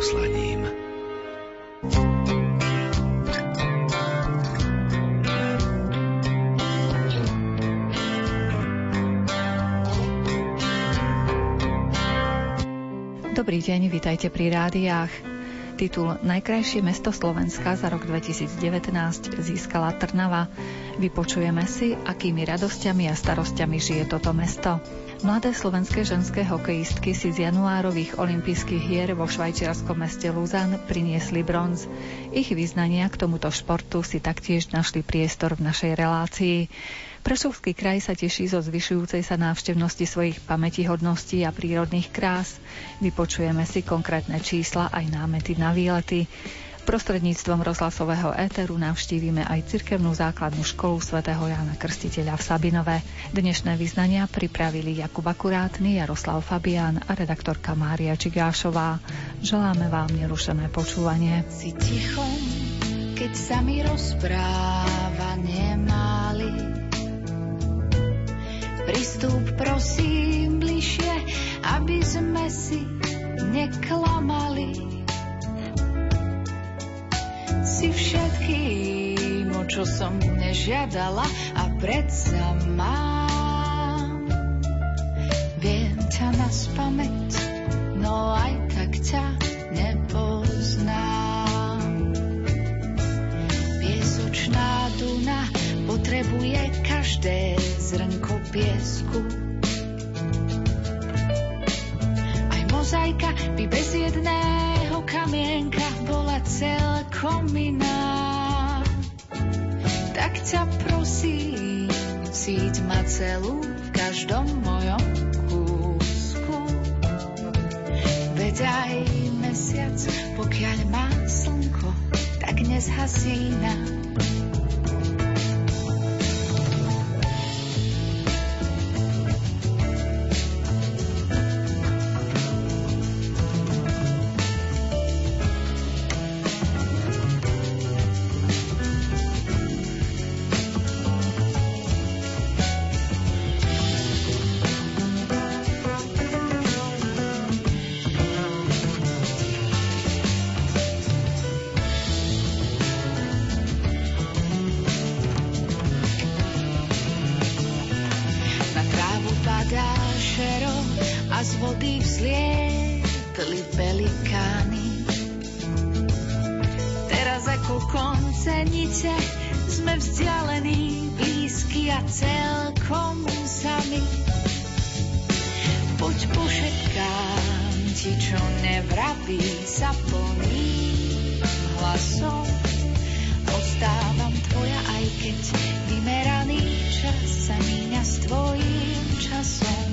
poslaním. Dobrý deň, vitajte pri rádiách. Titul Najkrajšie mesto Slovenska za rok 2019 získala Trnava. Vypočujeme si, akými radosťami a starostiami žije toto mesto. Mladé slovenské ženské hokejistky si z januárových olympijských hier vo švajčiarskom meste Lausanne priniesli bronz. Ich vyznania k tomuto športu si taktiež našli priestor v našej relácii. Prešovský kraj sa teší zo zvyšujúcej sa návštevnosti svojich pamätihodností a prírodných krás. Vypočujeme si konkrétne čísla aj námety na výlety. Prostredníctvom rozhlasového éteru navštívime aj cirkevnú základnú školu svätého Jána Krstiteľa v Sabinove. Dnešné vyznania pripravili Jakub Akurátny, Jaroslav Fabián a redaktorka Mária Čigášová. Želáme vám nerušené počúvanie. Si tichom, keď sa mi rozpráva nemáli. Pristúp prosím bližšie, aby sme si neklamali. Si všetkým, o čo som nežiadala a predsa mám. Viem ťa naspamäť, no aj tak ťa nepoznám. Piesočná duna potrebuje každé zrnko piesku. Aj mozaika by bez jedného kamienka bola celkom iná. Tak ťa prosím, cíť ma celú v každom mojom kúsku. Veď aj mesiac, pokiaľ má slnko, tak nezhasína. Z vody vzlietli pelikány. Teraz ako koncenice sme vzdialení, blízky a celkom sami. Poď pošepkám ti, čo nevraví sa plným hlasom. Ostávam tvoja, aj keď vymeraný čas sa míňa s tvojím časom.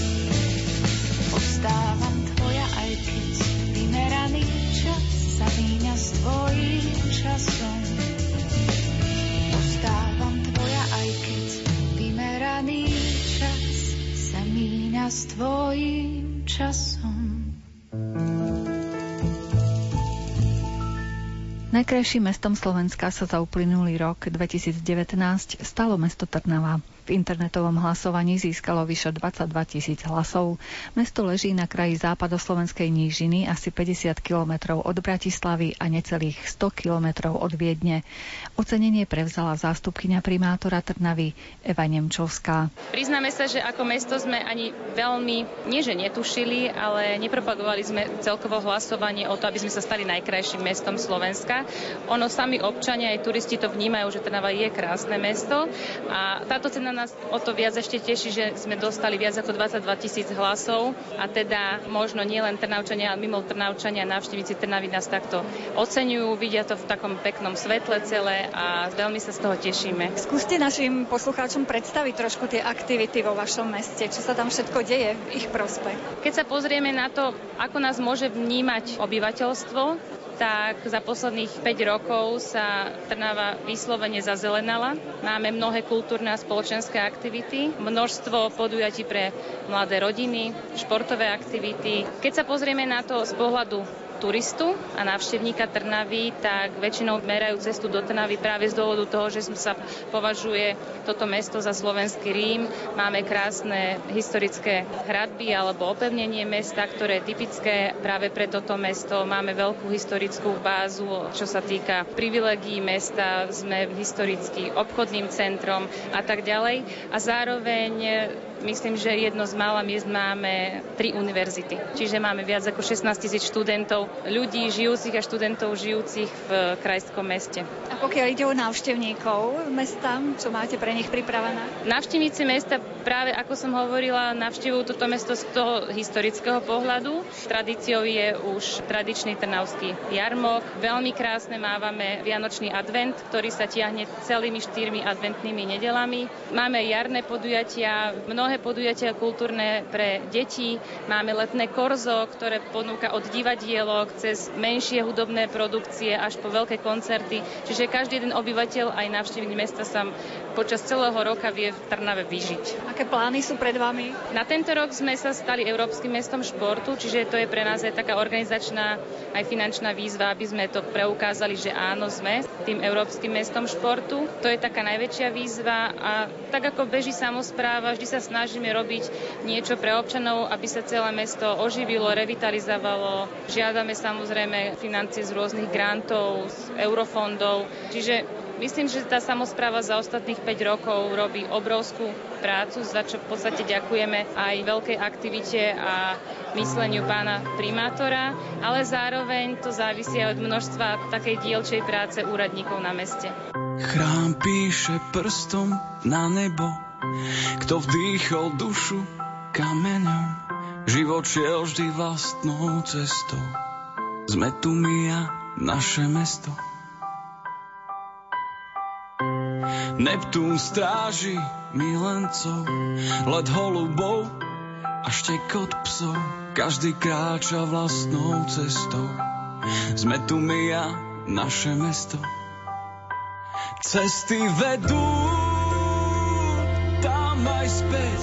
Ostávam tvoja, aj keď vymeraný čas sa míňa s tvojím časom. Ostávam tvoja, aj keď vymeraný čas sa míňa s tvojím časom. Najkrajším mestom Slovenska sa za uplynulý rok 2019 stalo mesto Trnava. V internetovom hlasovaní získalo vyše 22 000 hlasov. Mesto leží na kraji západoslovenskej nížiny asi 50 kilometrov od Bratislavy a necelých 100 kilometrov od Viedne. Ocenenie prevzala zástupkyňa primátora Trnavy Eva Nemčovská. Priznáme sa, že ako mesto sme ani veľmi, nie že netušili, ale nepropagovali sme celkovo hlasovanie o to, aby sme sa stali najkrajším mestom Slovenska. Ono sami občania aj turisti to vnímajú, že Trnava je krásne mesto a táto cena nás o to viac ešte teší, že sme dostali viac ako 22 000 hlasov a teda možno nielen Trnavčania, ale mimo Trnavčania návštevníci Trnavy nás takto oceňujú, vidia to v takom peknom svetle celé a veľmi sa z toho tešíme. Skúste našim poslucháčom predstaviť trošku tie aktivity vo vašom meste, čo sa tam všetko deje v ich prospech. Keď sa pozrieme na to, ako nás môže vnímať obyvateľstvo, tak za posledných 5 rokov sa Trnava vyslovene zazelenala. Máme mnohé kultúrne a spoločenské aktivity, množstvo podujatí pre mladé rodiny, športové aktivity. Keď sa pozrieme na to z pohľadu turistu a návštevníka Trnavy, tak väčšinou merajú cestu do Trnavy práve z dôvodu toho, že sa považuje toto mesto za slovenský Rím. Máme krásne historické hradby alebo opevnenie mesta, ktoré je typické práve pre toto mesto. Máme veľkú historickú bázu, čo sa týka privilegií mesta, sme historicky obchodným centrom a tak ďalej. A zároveň myslím, že jedno z mála miest máme 3 univerzity. Čiže máme viac ako 16 000 študentov, ľudí žijúcich a študentov žijúcich v krajskom meste. A pokiaľ ide o návštevníkov mesta, čo máte pre nich pripravené? Návštevníci mesta práve, ako som hovorila, navštevujú toto mesto z toho historického pohľadu. Tradíciou je už tradičný trnavský jarmok. Veľmi krásne mávame Vianočný advent, ktorý sa tiahne celými 4 adventnými nedelami. Máme jarné podujatia, mnohé podujatia kultúrne pre deti. Máme letné korzo, ktoré ponúka od divadielok cez menšie hudobné produkcie až po veľké koncerty. Čiže každý jeden obyvateľ aj návštevník mesta sa počas celého roka vie v Trnave vyžiť. Aké plány sú pred vami? Na tento rok sme sa stali Európskym mestom športu, čiže to je pre nás aj taká organizačná aj finančná výzva, aby sme to preukázali, že áno, sme tým Európskym mestom športu. To je taká najväčšia výzva a tak ako beží samospráva, vždy sa snažíme robiť niečo pre občanov, aby sa celé mesto oživilo, revitalizovalo. Žiadame samozrejme financie z rôznych grantov, z eurofondov. Čiže myslím, že tá samospráva za ostatných 5 rokov robí obrovskú prácu, za čo v podstate ďakujeme aj veľkej aktivite a mysleniu pána primátora, ale zároveň to závisí aj od množstva takej dielčej práce úradníkov na meste. Chrám píše prstom na nebo, kto vdýchol dušu kameňom, život šiel vždy vlastnou cestou. Sme tu my a naše mesto. Neptún stráži milencov, let holubov a štekot psov. Každý kráča vlastnou cestou. Sme tu my a naše mesto. Cesty vedú tam aj späť.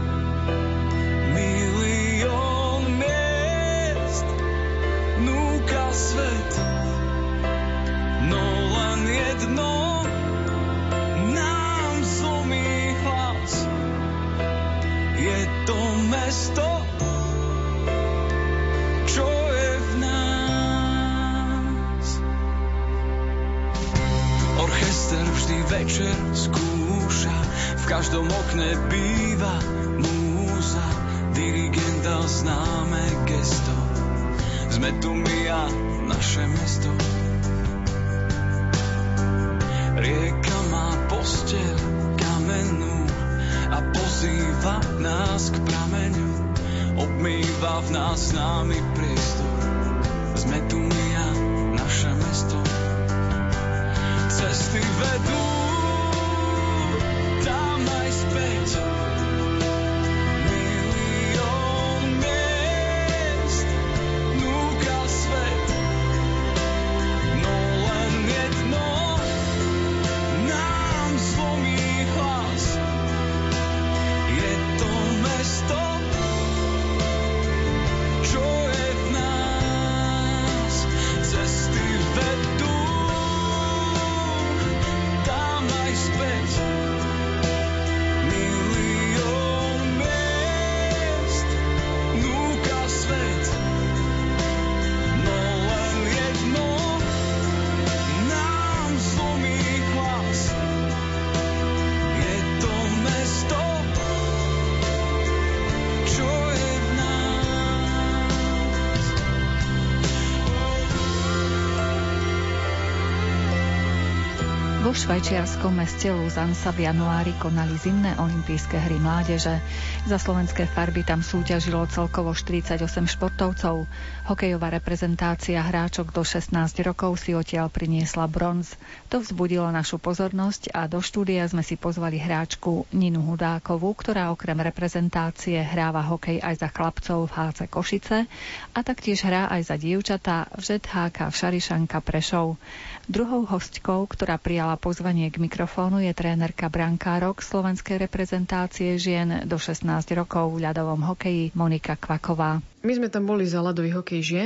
Milión miest núka svet. No len jedno nám zlomí hlas. Je to mesto, čo je v nás. Orchester vždy večer skúša, v každom okne býva múza, dirigenta známe gesto. Sme tu my a naše mesto. Rieka má posteľ kamennú a pozýva nás k prameňu. Obmýva v nás námi priestor. Sme tu my a naše mesto. Cesty vedú tam aj späť. Milión miest núka svet. No len jedno nám zlomí hlas. Je to mesto, čo je v nás. Cesty vedú tam aj späť. Milión miest núka svet. No len jedno nám zlomí hlas. Je to mesto, čo je v nás. Vo švajčiarskom meste Lausanne sa v januári konali zimné olympijské hry mládeže. Za slovenské farby tam súťažilo celkovo 48 športovcov. Hokejová reprezentácia hráčok do 16 rokov si odtiaľ priniesla bronz. To vzbudilo našu pozornosť a do štúdia sme si pozvali hráčku Ninu Hudákovú, ktorá okrem reprezentácie hráva hokej aj za chlapcov v HC Košice a taktiež hrá aj za dievčatá v ZHK Šarišanka Prešov. Druhou hostkou, ktorá prijala pozvanie k mikrofónu, je trénerka brankárok slovenskej reprezentácie žien do 16 rokov v ľadovom hokeji Monika Kvaková. My sme tam boli za ľadový hokej žien,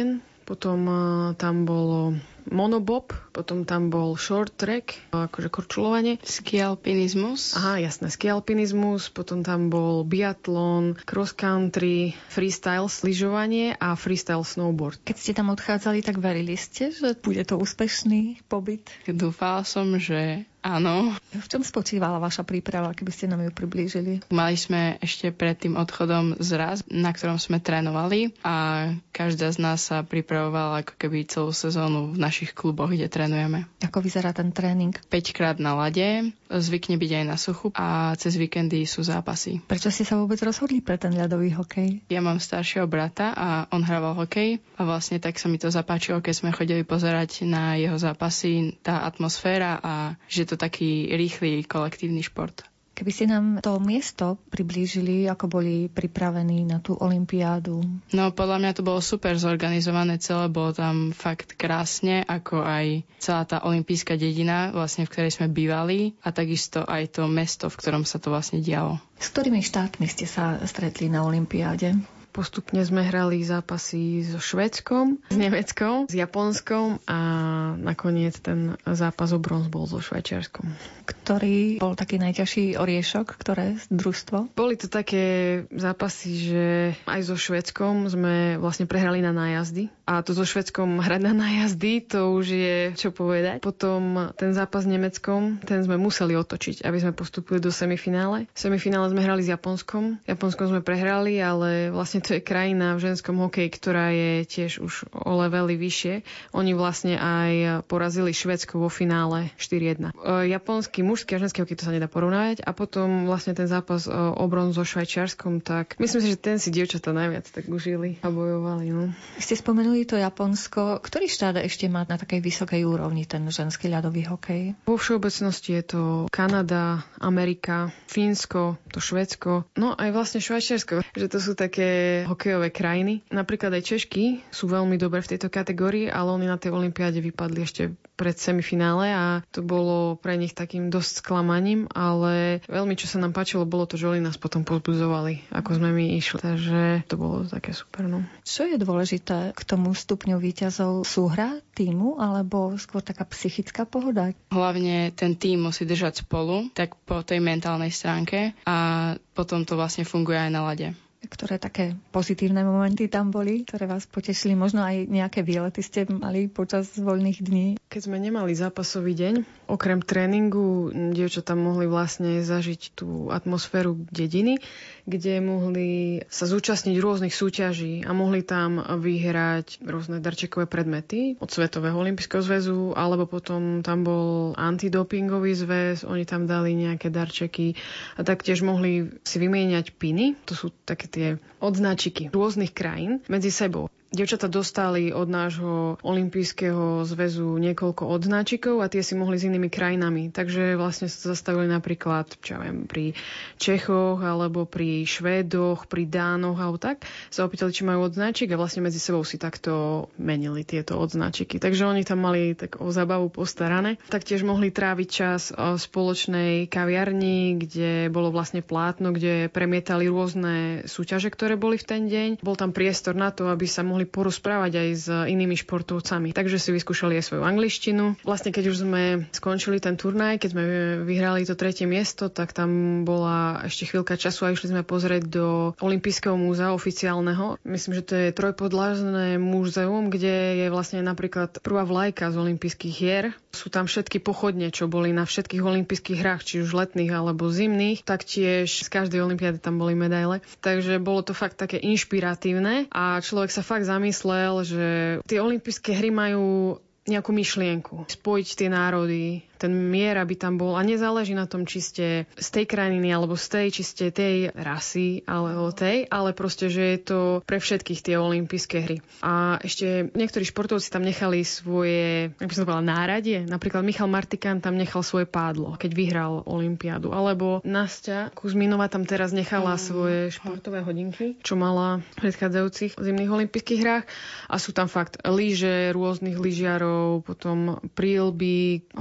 potom tam bolo monobob, potom tam bol short track, akože korčulovanie. Skialpinizmus. Aha, jasné, skialpinizmus, potom tam bol biatlon, cross country, freestyle lyžovanie a freestyle snowboard. Keď ste tam odchádzali, tak verili ste, že bude to úspešný pobyt? Dúfala som, že áno. V čom spočívala vaša príprava, keby ste nám ju priblížili? Mali sme ešte pred tým odchodom zraz, na ktorom sme trénovali a každá z nás sa pripravovala ako keby celú sezónu v našich kluboch, kde trénujeme. Ako vyzerá ten tréning? 5-krát na lade, zvykne byť aj na suchu a cez víkendy sú zápasy. Prečo ste sa vôbec rozhodli pre ten ľadový hokej? Ja mám staršieho brata a on hrával hokej a vlastne tak sa mi to zapáčilo, keď sme chodili pozerať na jeho zápasy, tá atmosféra a že to taký rýchly kolektívny šport. Keby ste nám to miesto priblížili, ako boli pripravení na tú olympiádu? No podľa mňa to bolo super zorganizované celé, bolo tam fakt krásne, ako aj celá tá olympijská dedina, vlastne v ktorej sme bývali a takisto aj to mesto, v ktorom sa to vlastne dialo. S ktorými štátmi ste sa stretli na olympiáde? Postupne sme hrali zápasy so Švédskom, s Nemeckom, s Japonskom a nakoniec ten zápas o bronz bol so Švajčiarskom. Ktorý bol taký najťažší oriešok, ktoré družstvo? Boli to také zápasy, že aj so Švédskom sme vlastne prehrali na nájazdy. A to so Švédskom hrať na nájazdy, to už je čo povedať. Potom ten zápas s Nemeckom, ten sme museli otočiť, aby sme postupili do semifinále. V semifinále sme hrali s Japonskom. Japonskom sme prehrali, ale vlastne to je krajina v ženskom hokeji, ktorá je tiež už o levely vyššie. Oni vlastne aj porazili Švédsku vo finále 4-1. Japonský mužský a ženský hokej, to sa nedá porovnať. A potom vlastne ten zápas o bronz so Švajčiarskom, tak myslím si, že ten si dievčatá najviac tak užili a bojovali. No. Ste spomenuli to Japonsko. Ktorý štát ešte má na takej vysokej úrovni ten ženský ľadový hokej? Vo všeobecnosti je to Kanada, Amerika, Fínsko, to Švédsko, no aj vlastne Švajčiarsko, že to sú také hokejové krajiny. Napríklad aj Češky sú veľmi dobré v tejto kategórii, ale oni na tej olympiáde vypadli ešte pred semifinále a to bolo pre nich takým dosť sklamaním, ale veľmi čo sa nám páčilo, bolo to, že oni nás potom pozbudzovali, ako sme my išli. Takže to bolo také super. No. Čo je dôležité k tomu stupňu víťazov? Súhra tímu alebo skôr taká psychická pohoda? Hlavne ten tím musí držať spolu, tak po tej mentálnej stránke a potom to vlastne funguje aj na lade. Ktoré také pozitívne momenty tam boli, ktoré vás potešili? Možno aj nejaké výlety ste mali počas voľných dní? Keď sme nemali zápasový deň, okrem tréningu, dievčatá mohli vlastne zažiť tú atmosféru dediny, kde mohli sa zúčastniť rôznych súťaží a mohli tam vyhrať rôzne darčekové predmety od Svetového olympijského zväzu, alebo potom tam bol antidopingový zväz, oni tam dali nejaké darčeky a taktiež mohli si vymieňať piny, to sú také tie odznáčiky rôznych krajín medzi sebou. Dievčatá dostali od nášho olympijského zväzu niekoľko odznáčikov a tie si mohli s inými krajinami. Takže vlastne sa zastavili napríklad, čo ja viem, pri Čechoch alebo pri Švédoch, pri Dánoch alebo tak. Sa opýtali, či majú odznáčik a vlastne medzi sebou si takto menili tieto odznáčiky. Takže oni tam mali tak o zábavu postarané. Taktiež mohli tráviť čas v spoločnej kaviarni, kde bolo vlastne plátno, kde premietali rôzne súťaže, ktoré boli v ten deň. Bol tam priestor na to, aby sa mohli porozprávať aj s inými športovcami. Takže si vyskúšali aj svoju angličtinu. Vlastne keď už sme skončili ten turnaj, keď sme vyhrali to 3. miesto, tak tam bola ešte chvíľka času a išli sme pozrieť do Olympijského múzea oficiálneho. Myslím, že to je trojpodlažné múzeum, kde je vlastne napríklad prvá vlajka z olympijských hier. Sú tam všetky pochodne, čo boli na všetkých olympijských hrách, či už letných alebo zimných. Taktiež z každej olympiády tam boli medaile. Takže bolo to fakt také inšpiratívne a človek sa fakt zamyslel, že tie olympijské hry majú nejakú myšlienku. Spojiť tie národy, ten mier, aby tam bol. A nezáleží na tom, či ste z tej krajiny, alebo z tej, či ste tej rasy, alebo tej, ale proste, že je to pre všetkých tie olympijské hry. A ešte niektorí športovci tam nechali svoje, jak by som to povedala, náradie. Napríklad Michal Martikán tam nechal svoje pádlo, keď vyhral olympiádu. Alebo Nastia Kuzminová tam teraz nechala svoje športové hodinky, čo mala v predchádzajúcich zimných olympijských hrách. A sú tam fakt lyže rôznych lyžiarov, potom príľby, hokejové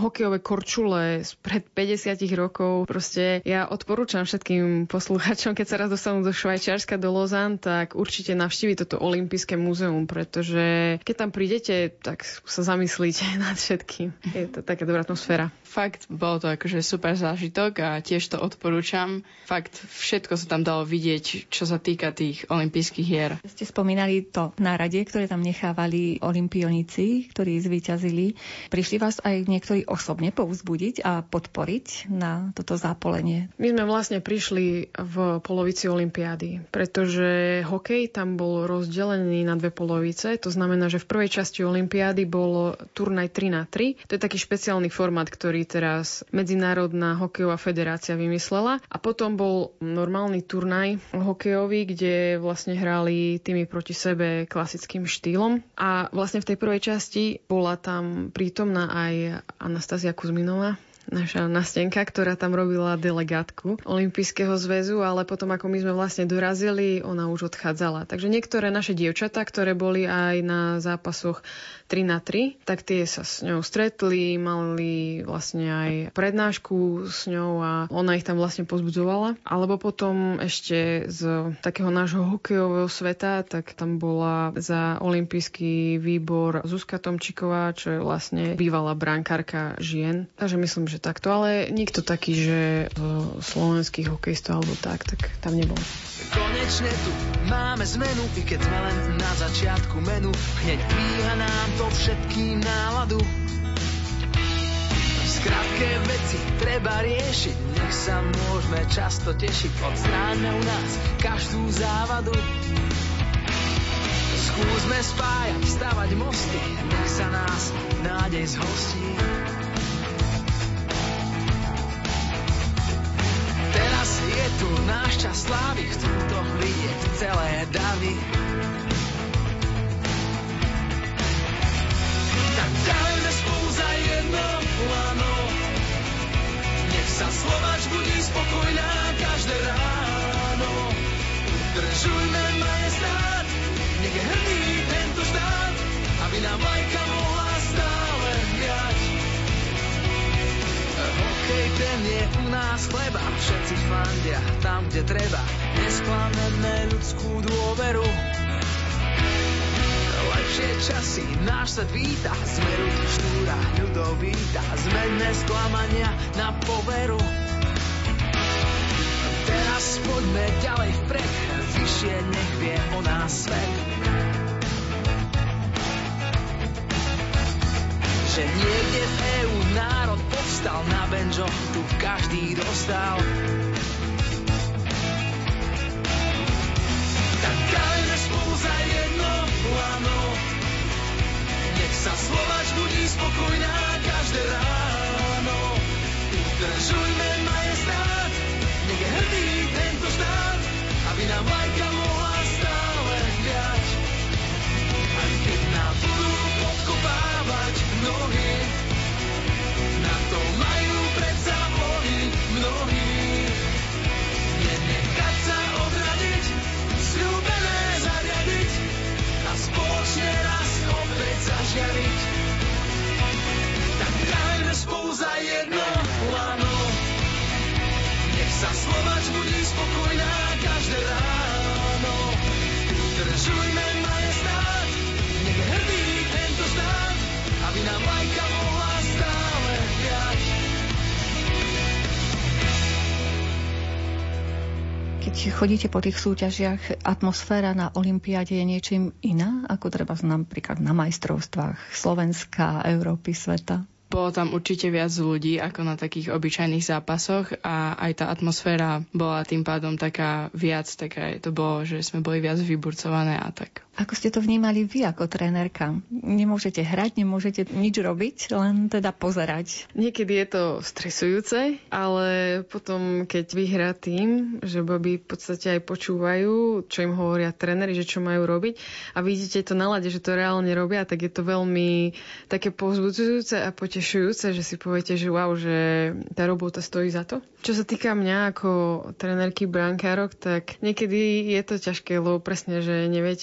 korčule spred 50 rokov. Proste ja odporúčam všetkým poslucháčom, keď sa raz dostanú do Švajčiarska, do Lausanne, tak určite navštíviť toto olympijské múzeum, pretože keď tam prídete, tak sa zamyslíte nad všetkým. Je to taká dobrá atmosféra. Fakt, bol to akože super zážitok a tiež to odporúčam. Fakt, všetko sa tam dalo vidieť, čo sa týka tých olympijských hier. Ste spomínali to náradie, ktoré tam nechávali olympionici, ktorí zvíťazili. Prišli vás aj niektorí osobne povzbudiť a podporiť na toto zápolenie? My sme vlastne prišli v polovici olympiády, pretože hokej tam bol rozdelený na dve polovice. To znamená, že v prvej časti olympiády bol turnaj 3x3. To je taký špeciálny formát, ktorý teraz Medzinárodná hokejová federácia vymyslela. A potom bol normálny turnaj hokejový, kde vlastne hrali týmy proti sebe klasickým štýlom. A vlastne v tej prvej časti bola tam prítomná aj Anastázia Kuzminová, naša Nastenka, ktorá tam robila delegátku Olympijského zväzu, ale potom, ako my sme vlastne dorazili, ona už odchádzala. Takže niektoré naše dievčatá, ktoré boli aj na zápasoch 3x3, tak tie sa s ňou stretli, mali vlastne aj prednášku s ňou a ona ich tam vlastne pozbudzovala. Alebo potom ešte z takého nášho hokejového sveta, tak tam bola za olympijský výbor Zuzka Tomčíková, čo je vlastne bývalá brankárka žien. Takže myslím, že takto, ale nikto taký, že slovenských hokejistov alebo tak tam nebol. Konečne tu máme zmenu, i keď sme len na začiatku menu, hneď dvíha nám to všetkým náladu. Skrátke veci treba riešiť, nech sa môžeme často tešiť, odstráňme u nás každú závadu. Skúsme spájať, stavať mosty, nech sa nás nádej zhostí. Teraz je tu náš čas slávy, chcú to vidieť celé davy. Tak dajme spolu za jedno lano, nech sa Slováč budí spokojná každé ráno. Udržujme majestát, nech je hrdý tento štát, aby nám vlajka mohla stále hriať. Hokej ten je u nás chleba, všetci fandia tam, kde treba. Nesklameme ľudskú dôveru. Lepšie časy náš svet víta, sme ľud štúra, ľudovita. Zmeňme sklamania na poveru. Teraz poďme ďalej vpred, vyššie nech vie o nás svet. Že niekde v EU národ povstal, na benžoch tu každý dostal. Tak dajme spolu za jedno lano, nech sa Slováč budí spokojná každé ráno. Udržujme majestát, nech je hrdý tento štát, aby nám vlajka mohla stále hriať. Aj keď nám budú podkopávať nohy, na to majú predsa voly mnohí. Nenechať sa odradiť, sľúbené zariadiť a spoločne raz opäť zažiariť. Tak dajme spolu za jedno lano, nech sa Slováč budí spokojná každé ráno. Udržujme majestát, nech je hrdý tento štát, aby nám vlajka mohla stále hriať. Keď chodíte po tých súťažiach, atmosféra na olympiáde je niečím iná, ako treba napríklad na majstrovstvách Slovenska, Európy, sveta? Bolo tam určite viac ľudí ako na takých obyčajných zápasoch a aj tá atmosféra bola tým pádom taká viac, taká to bolo, že sme boli viac vyburcované a tak. Ako ste to vnímali vy ako trénerka? Nemôžete hrať, nemôžete nič robiť, len teda pozerať. Niekedy je to stresujúce, ale potom, keď vyhrá tým, že baby v podstate aj počúvajú, čo im hovoria tréneri, že čo majú robiť a vidíte to na lade, že to reálne robia, tak je to veľmi také povzbudzujúce a potešujúce, že si poviete, že wow, že tá robota stojí za to. Čo sa týka mňa ako trénerky brankárok, tak niekedy je to ťažké, lebo presne, že neviete zmeniť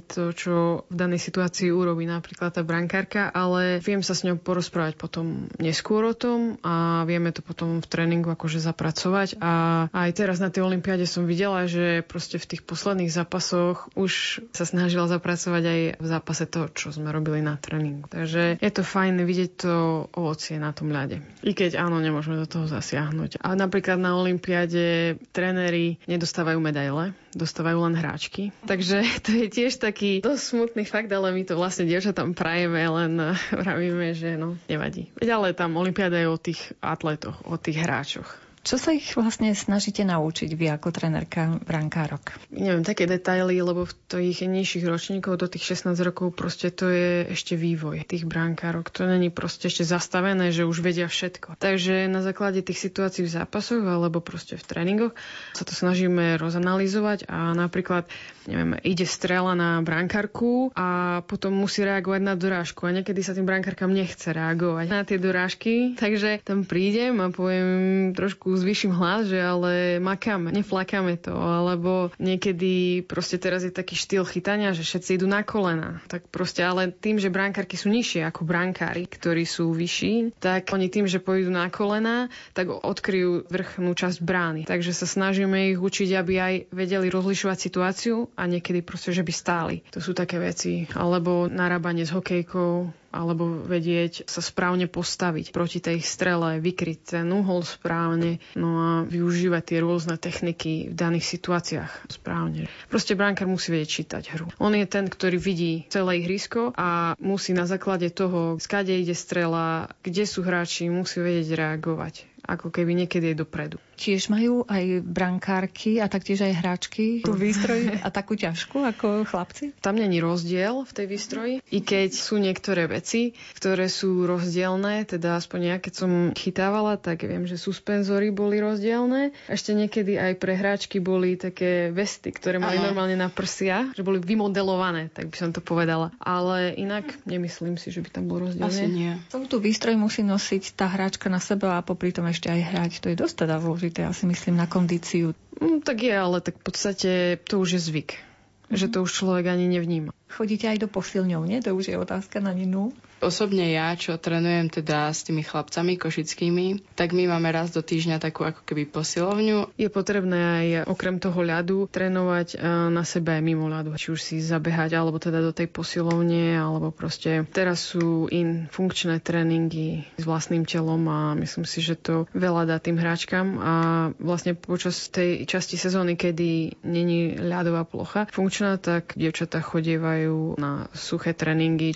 to, čo v danej situácii urobí napríklad tá brankárka, ale viem sa s ňou porozprávať potom neskôr o tom a vieme to potom v tréningu akože zapracovať. A aj teraz na tej olympiáde som videla, že proste v tých posledných zápasoch už sa snažila zapracovať aj v zápase to, čo sme robili na tréningu. Takže je to fajn vidieť to ovocie na tom ľade. I keď áno, nemôžeme do toho zasiahnuť. A napríklad na olympiáde tréneri nedostávajú medaile, dostávajú len hráčky. Takže to je tiež taký dosť smutný fakt, ale my to vlastne dievčatám prajeme, len vravíme, že no, nevadí. Ale tam olympiáda je o tých atletoch, o tých hráčoch. Čo sa ich vlastne snažíte naučiť vy ako trenérka brankárok? Neviem, také detaily, lebo v tých nižších ročníkov do tých 16 rokov proste to je ešte vývoj tých brankárok. To není proste ešte zastavené, že už vedia všetko. Takže na základe tých situácií v zápasoch alebo proste v tréningoch sa to snažíme rozanalizovať a napríklad, neviem, ide strela na brankárku a potom musí reagovať na dorážku a niekedy sa tým brankárkam nechce reagovať na tie dorážky, takže tam prídem a poviem trošku zvýšim hlas, že ale makáme, neflakáme to, alebo niekedy proste teraz je taký štýl chytania, že všetci idú na kolena. Tak proste, ale tým, že brankárky sú nižšie ako brankári, ktorí sú vyšší, tak oni tým, že pôjdu na kolena, tak odkryjú vrchnú časť brány. Takže sa snažíme ich učiť, aby aj vedeli rozlišovať situáciu a niekedy proste, že by stáli. To sú také veci. Alebo narábanie s hokejkou, alebo vedieť sa správne postaviť proti tej strele, vykryť ten uhol správne, no a využívať tie rôzne techniky v daných situáciách správne. Proste brankár musí vedieť čítať hru. On je ten, ktorý vidí celé ihrisko a musí na základe toho, skade ide strela, kde sú hráči, musí vedieť reagovať. Ako keby niekedy je dopredu. Tiež majú aj brankárky a taktiež aj hráčky tú výstroj a takú ťažkú ako chlapci? Tam není rozdiel v tej výstroji, i keď sú niektoré veci, ktoré sú rozdielne, teda aspoň ja, keď som chytávala, tak viem, že suspenzory boli rozdielne. Ešte niekedy aj pre hráčky boli také vesty, ktoré mali normálne na prsiach, že boli vymodelované, tak by som to povedala. Ale inak nemyslím si, že by tam bol rozdiel. Asi nie. Celú tú výstroj musí nosiť tá hráčka na sebe a popri tom ešte aj hrať. To je dosť teda zložité, asi myslím, na kondíciu. Tak je, ale tak v podstate to už je zvyk. Že to už človek ani nevníma. Chodíte aj do posilňovne? To už je otázka na Ninu. Osobne ja, čo trénujem teda s tými chlapcami košickými, tak my máme raz do týždňa takú ako keby posilovňu. Je potrebné aj okrem toho ľadu trénovať na sebe aj mimo ľadu. Či už si zabehať, alebo teda do tej posilovne, alebo proste teraz sú funkčné tréningy s vlastným telom a myslím si, že to veľa dá tým hráčkam a vlastne počas tej časti sezóny, kedy není ľadová plocha funkčná, tak dievčatá chodievajú na suché tréningy.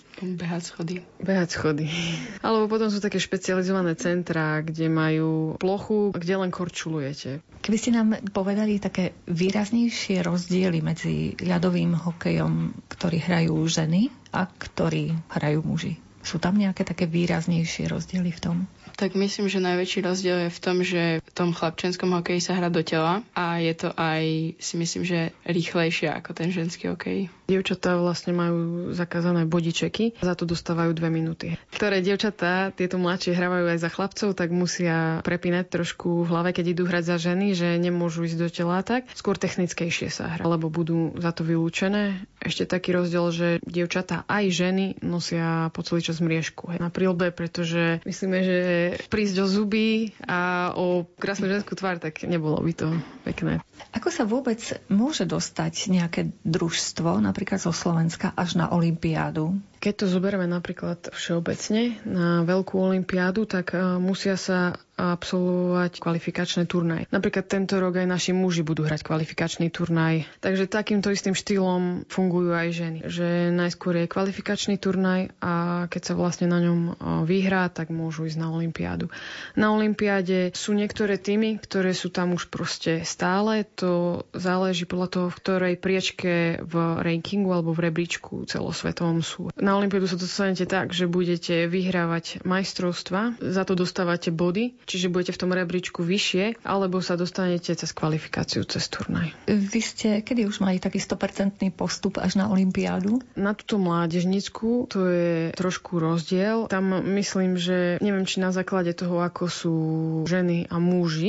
Behať schody. Alebo potom sú také špecializované centrá, kde majú plochu, kde len korčulujete. Keby ste nám povedali také výraznejšie rozdiely medzi ľadovým hokejom, ktorý hrajú ženy a ktorý hrajú muži. Sú tam nejaké také výraznejšie rozdiely v tom? Tak myslím, že najväčší rozdiel je v tom, že v tom chlapčenskom hokeji sa hrá do tela a je to aj, si myslím, že rýchlejšie ako ten ženský hokej. Dievčatá vlastne majú zakázané bodyčeky, za to dostávajú 2 minúty. Ktoré dievčatá, tieto mladšie hrávajú aj za chlapcov, tak musia prepínať trošku v hlave, keď idú hrať za ženy, že nemôžu ísť do tela tak. Skôr technickejšie sa hrá, lebo budú za to vylúčené. Ešte taký rozdiel, že dievčatá aj ženy nosia po celý čas mriežku na prilbe, pretože myslíme, že prísť o zuby a o krásnu ženskú tvár, tak nebolo by to pekné. Ako sa vôbec môže dostať nejaké družstvo, napríklad zo Slovenska, až na olympiádu? Keď to zoberieme napríklad všeobecne na veľkú olympiádu, tak musia sa absolvovať kvalifikačné turnaj. Napríklad tento rok aj naši muži budú hrať kvalifikačný turnaj. Takže takýmto istým štýlom fungujú aj ženy. Že najskôr je kvalifikačný turnaj a keď sa vlastne na ňom vyhrá, tak môžu ísť na olympiádu. Na olympiáde sú niektoré týmy, ktoré sú tam už proste stále. To záleží podľa toho, v ktorej priečke v rankingu alebo v rebríčku celosvetovom sú. Na olympiádu sa dostanete tak, že budete vyhrávať majstrovstva, za to dostávate body, čiže budete v tom rebríčku vyššie, alebo sa dostanete cez kvalifikáciu, cez turnaj. Vy ste kedy už mali taký 100% postup až na olympiádu? Na túto mládežnícku to je trošku rozdiel. Tam myslím, že neviem, či na základe toho, ako sú ženy a muži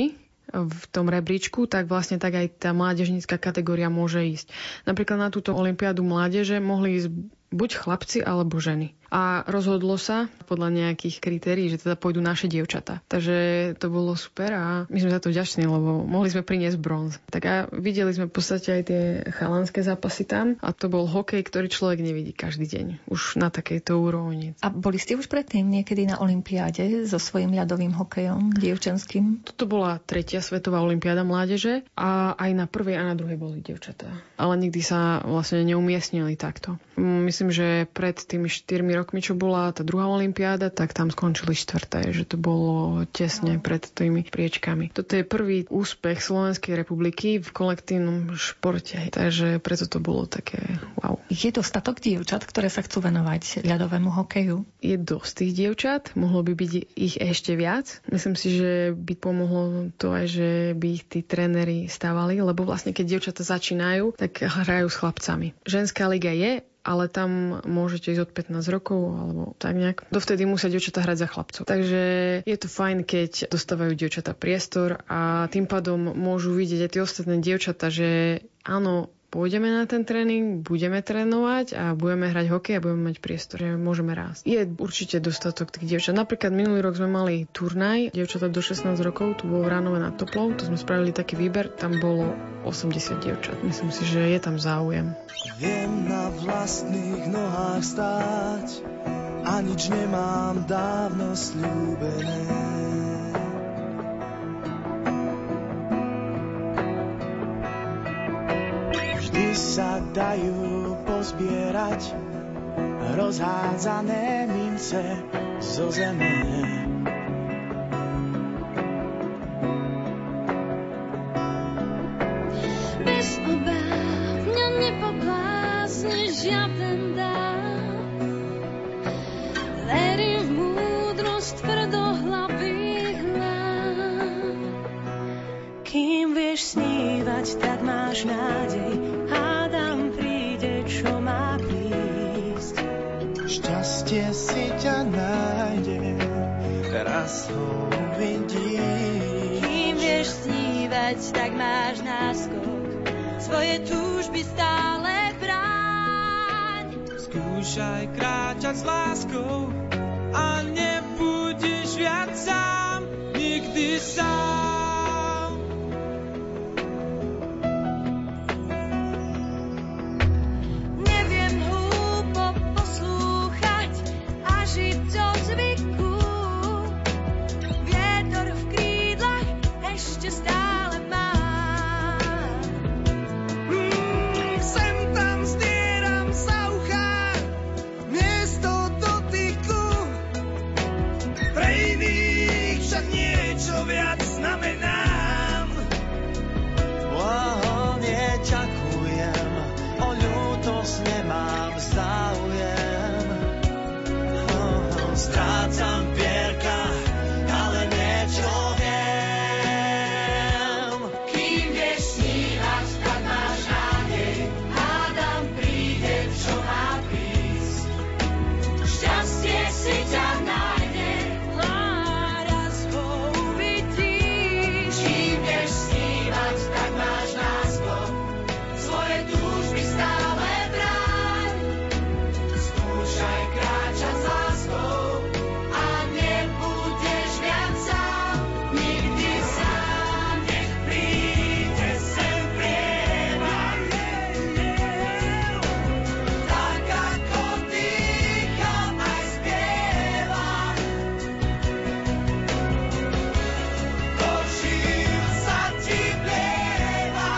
v tom rebríčku, tak vlastne tak aj tá mládežnícka kategória môže ísť. Napríklad na túto olympiádu mládeže mohli ísť buď chlapci alebo ženy. A rozhodlo sa podľa nejakých kritérií, že teda pôjdu naše dievčatá. Takže to bolo super a my sme za to vďační, lebo mohli sme priniesť bronz. Tak a videli sme v podstate aj tie chalanské zápasy tam a to bol hokej, ktorý človek nevidí každý deň. Už na takejto úrovni. A boli ste už predtým niekedy na olympiáde so svojím ľadovým hokejom dievčenským? Toto bola 3. svetová olympiáda mládeže a aj na prvej a na druhej boli dievčatá. Ale nikdy sa vlastne neumiestnili takto. Myslím, že pred tými 4 rokmi, čo bola tá druhá olympiáda, tak tam skončili 4., že to bolo tesne pred tými priečkami. Toto je prvý úspech Slovenskej republiky v kolektívnom športe, takže preto to bolo také wow. Je dostatok dievčat, ktoré sa chcú venovať ľadovému hokeju? Je dosť tých dievčat, mohlo by byť ich ešte viac. Myslím si, že by pomohlo to aj, že by ich tí tréneri stávali, lebo vlastne keď dievčatá začínajú, tak hrajú s chlapcami. Ženská liga je, ale tam môžete ísť od 15 rokov alebo tak nejak. Dovtedy musia dievčatá hrať za chlapcov. Takže je to fajn, keď dostávajú dievčatá priestor a tým pádom môžu vidieť aj tie ostatné dievčatá, že áno, pôjdeme na ten tréning, budeme trénovať a budeme hrať hokej a budeme mať priestor, že môžeme rásť. Je určite dostatok tých dievčat. Napríklad minulý rok sme mali turnaj, dievčatá do 16 rokov, tu vo Vránove nad Toplou, tu sme spravili taký výber, tam bolo 80 dievčat. Myslím si, že je tam záujem. Viem na vlastných nohách stáť a nič nemám dávno sľúbené. Vždy sa dajú pozbierať rozhádzané mince zo zeme. Bez obáv mňa nepoblázni žiaden dáv. Verím v múdrosť tvrdohlavých hlav. Kým vieš snívať, tak máš nádej. Hádam, príde, čo má prísť. Šťastie si ťa nájde, raz ho uvidíš. Kým vieš snívať, tak máš náskok. Svoje túžby stále bráň. Skúšaj kráčať s láskou a nebudeš viac sám, nikdy sám. Neviem hlúpo poslúchať a žiť zo zvyku. Vietor v krídlach ešte stále mám. Sem tam zdieram sa ucha, miesto dotyku. Pre iných však niečo viac znamenám. Ďakujem, o ľútosť nemám záujem. Strácam pierka, ale niečo viem. Kým vieš snívať, tak máš nádej. Hádam, príde, čo má prísť. Šťastie si ťa nájde, raz ho uvidíš. Kým vieš snívať, tak máš náskok. Svoje túžby stále bráň. Skúšaj kráčať s láskou a nebudeš viac sám. Nikdy sám, nech príde sem prievan. Tak ako dýcham aj spievam. Do žil sa ti vlieva.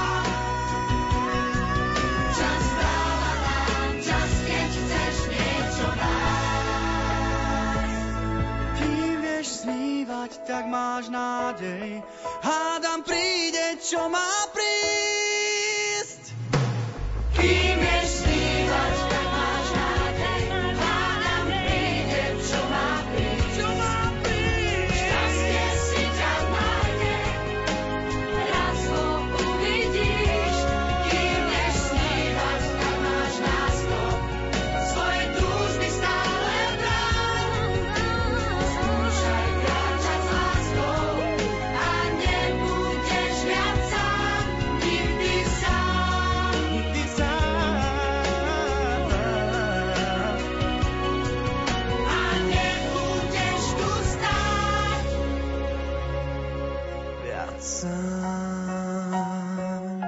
Čas dáva nám čas, keď chceš niečo nájsť. Kým vieš snívať, tak máš nádej. Hádam, príde, čo má prísť. Kým vieš snívať, tak máš nádej. Hádam, príde, čo má prísť. Šťastie si ťa nájde, raz ho uvidíš. Kým vieš snívať, tak máš náskok. Svoje túžby stále bráň. Skúšaj kráčať s láskou a nebudeš sám.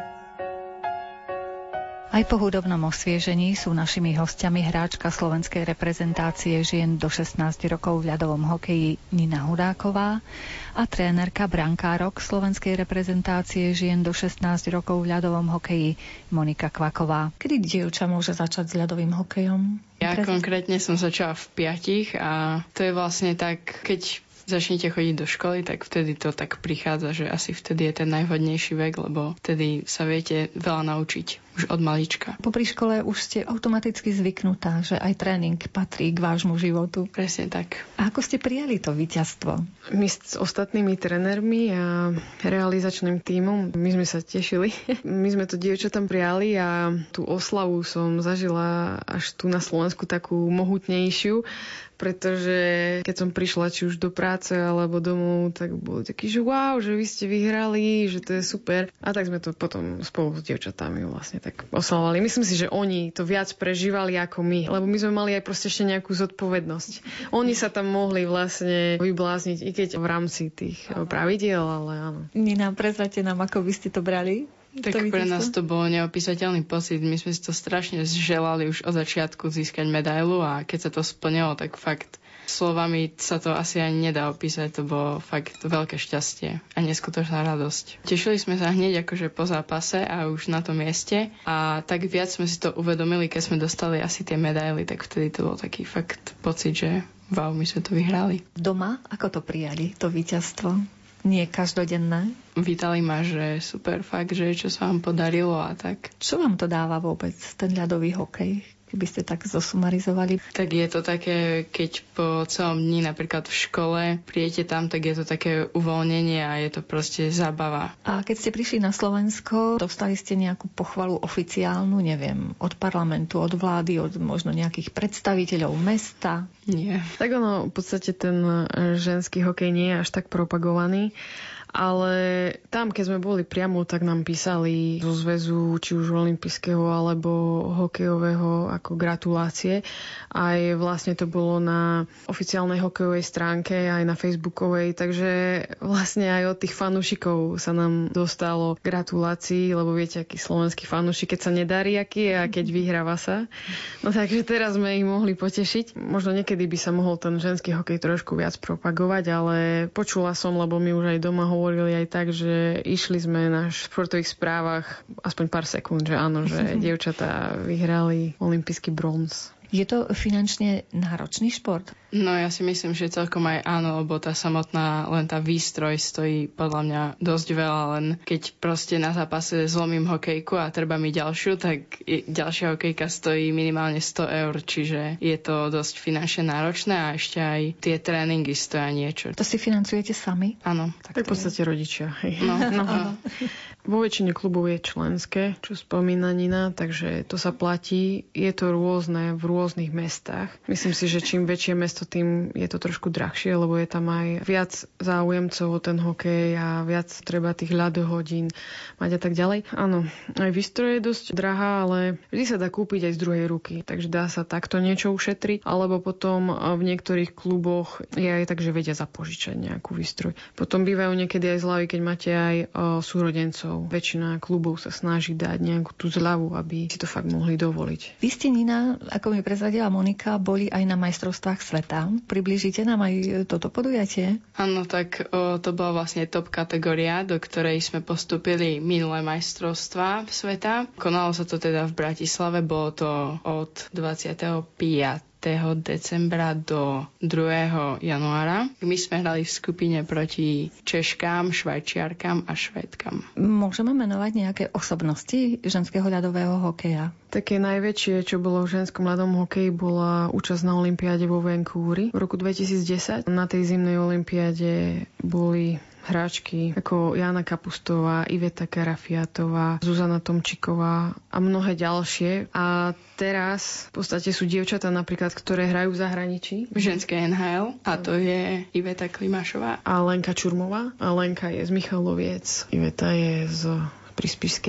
Aj po hudobnom osviežení sú našimi hostiami hráčka slovenskej reprezentácie žien do 16 rokov v ľadovom hokeji Nina Hudáková a trénerka brankárok slovenskej reprezentácie žien do 16 rokov v ľadovom hokeji Monika Kvaková. Kedy dievča môže začať s ľadovým hokejom? Ja konkrétne som začala v 5 a to je vlastne tak, keď začnete chodiť do školy, tak vtedy to tak prichádza, že asi vtedy je ten najvhodnejší vek, lebo vtedy sa viete veľa naučiť už od malička. Popri škole už ste automaticky zvyknutá, že aj tréning patrí k vášmu životu. Presne tak. A ako ste prijali to víťazstvo? My s ostatnými trénermi a realizačným tímom, my sme sa tešili. My sme to dievčatám prijali a tú oslavu som zažila až tu na Slovensku takú mohutnejšiu, pretože keď som prišla či už do práce alebo domov, tak boli takí, že wow, že vy ste vyhrali, že to je super. A tak sme to potom spolu s dievčatami vlastne tak oslavovali. Myslím si, že oni to viac prežívali ako my, lebo my sme mali aj proste ešte nejakú zodpovednosť. Oni sa tam mohli vlastne vyblázniť, i keď v rámci tých pravidiel, ale áno. Nina, prezrate nám, ako by ste to brali? Tak pre nás to bol neopísateľný pocit. My sme si to strašne želali už od začiatku získať medailu a keď sa to splnilo, tak fakt slovami sa to asi ani nedá opísať. To bolo fakt veľké šťastie a neskutočná radosť. Tešili sme sa hneď akože po zápase a už na tom mieste a tak viac sme si to uvedomili, keď sme dostali asi tie medaily, tak vtedy to bol taký fakt pocit, že wow, my sme to vyhrali. Doma, ako to prijali, to víťazstvo? Nie každodenné? Vítali ma, že super fakt, že čo sa vám podarilo a tak. Čo vám to dáva vôbec, ten ľadový hokej? Keby ste tak zosumarizovali. Tak je to také, keď po celom dni napríklad v škole príjete tam, tak je to také uvoľnenie a je to proste zábava. A keď ste prišli na Slovensko, dostali ste nejakú pochvalu oficiálnu, neviem, od parlamentu, od vlády, od možno nejakých predstaviteľov mesta? Nie. Tak ono, v podstate ten ženský hokej nie je až tak propagovaný. Ale tam, keď sme boli priamo, tak nám písali zo zväzu, či už olympijského alebo hokejového, ako gratulácie. Aj vlastne to bolo na oficiálnej hokejovej stránke, aj na facebookovej, takže vlastne aj od tých fanúšikov sa nám dostalo gratulácií, lebo viete, aký slovenský fanúšik, keď sa nedarí, aký je a keď vyhráva sa. No takže teraz sme ich mohli potešiť. Možno niekedy by sa mohol ten ženský hokej trošku viac propagovať, ale počula som, lebo my už aj doma hovorili aj tak, že išli sme na športových správach aspoň pár sekúnd, že áno, že dievčatá vyhrali olympijský bronz. Je to finančne náročný šport? No ja si myslím, že celkom aj áno, lebo tá samotná, len tá výstroj stojí podľa mňa dosť veľa, len keď proste na zápase zlomím hokejku a treba mi ďalšiu, tak ďalšia hokejka stojí minimálne 100 eur, čiže je to dosť finančne náročné a ešte aj tie tréningy stoja niečo. To si financujete sami? Áno. Tak v podstate rodičia. Hej. No. Vo väčšine klubov je členské, čo spomína Nina, takže to sa platí. Je to rôzne v rôznych mestách. Myslím si, že čím väčšie mesto, tým je to trošku drahšie, lebo je tam aj viac záujemcov o ten hokej a viac treba tých ľadohodín mať a tak ďalej. Áno, aj výstroj je dosť drahá, ale vždy sa dá kúpiť aj z druhej ruky, takže dá sa takto niečo ušetriť, alebo potom v niektorých kluboch je aj tak, že vedia zapožičať nejakú výstroj. Potom bývajú niekedy aj zľavy, keď máte aj súrodencov. Väčšina klubov sa snaží dať nejakú tú zľavu, aby si to fakt mohli dovoliť. Vy ste, Nina, ako mi prezradila Monika, boli aj na majstrovstvách sveta. Priblížite nám aj toto podujatie? Áno, tak to bola vlastne top kategória, do ktorej sme postúpili minulé majstrovstvá sveta. Konalo sa to teda v Bratislave, bolo to od 25. decembra do 2. januára. My sme hrali v skupine proti Češkám, Švajčiarkám a Švédkam. Môžeme menovať nejaké osobnosti ženského ľadového hokeja? Také najväčšie, čo bolo v ženskom ľadovom hokeji, bola účasť na olympiáde vo Vancouveri v roku 2010. Na tej zimnej olympiáde boli hráčky ako Jana Kapustová, Iveta Karafiatová, Zuzana Tomčiková a mnohé ďalšie. A teraz v podstate sú dievčatá napríklad, ktoré hrajú v zahraničí. V ženskej NHL. A to je Iveta Klimašová. A Lenka Čurmová. A Lenka je z Michaloviec. Iveta je z Prispišskej.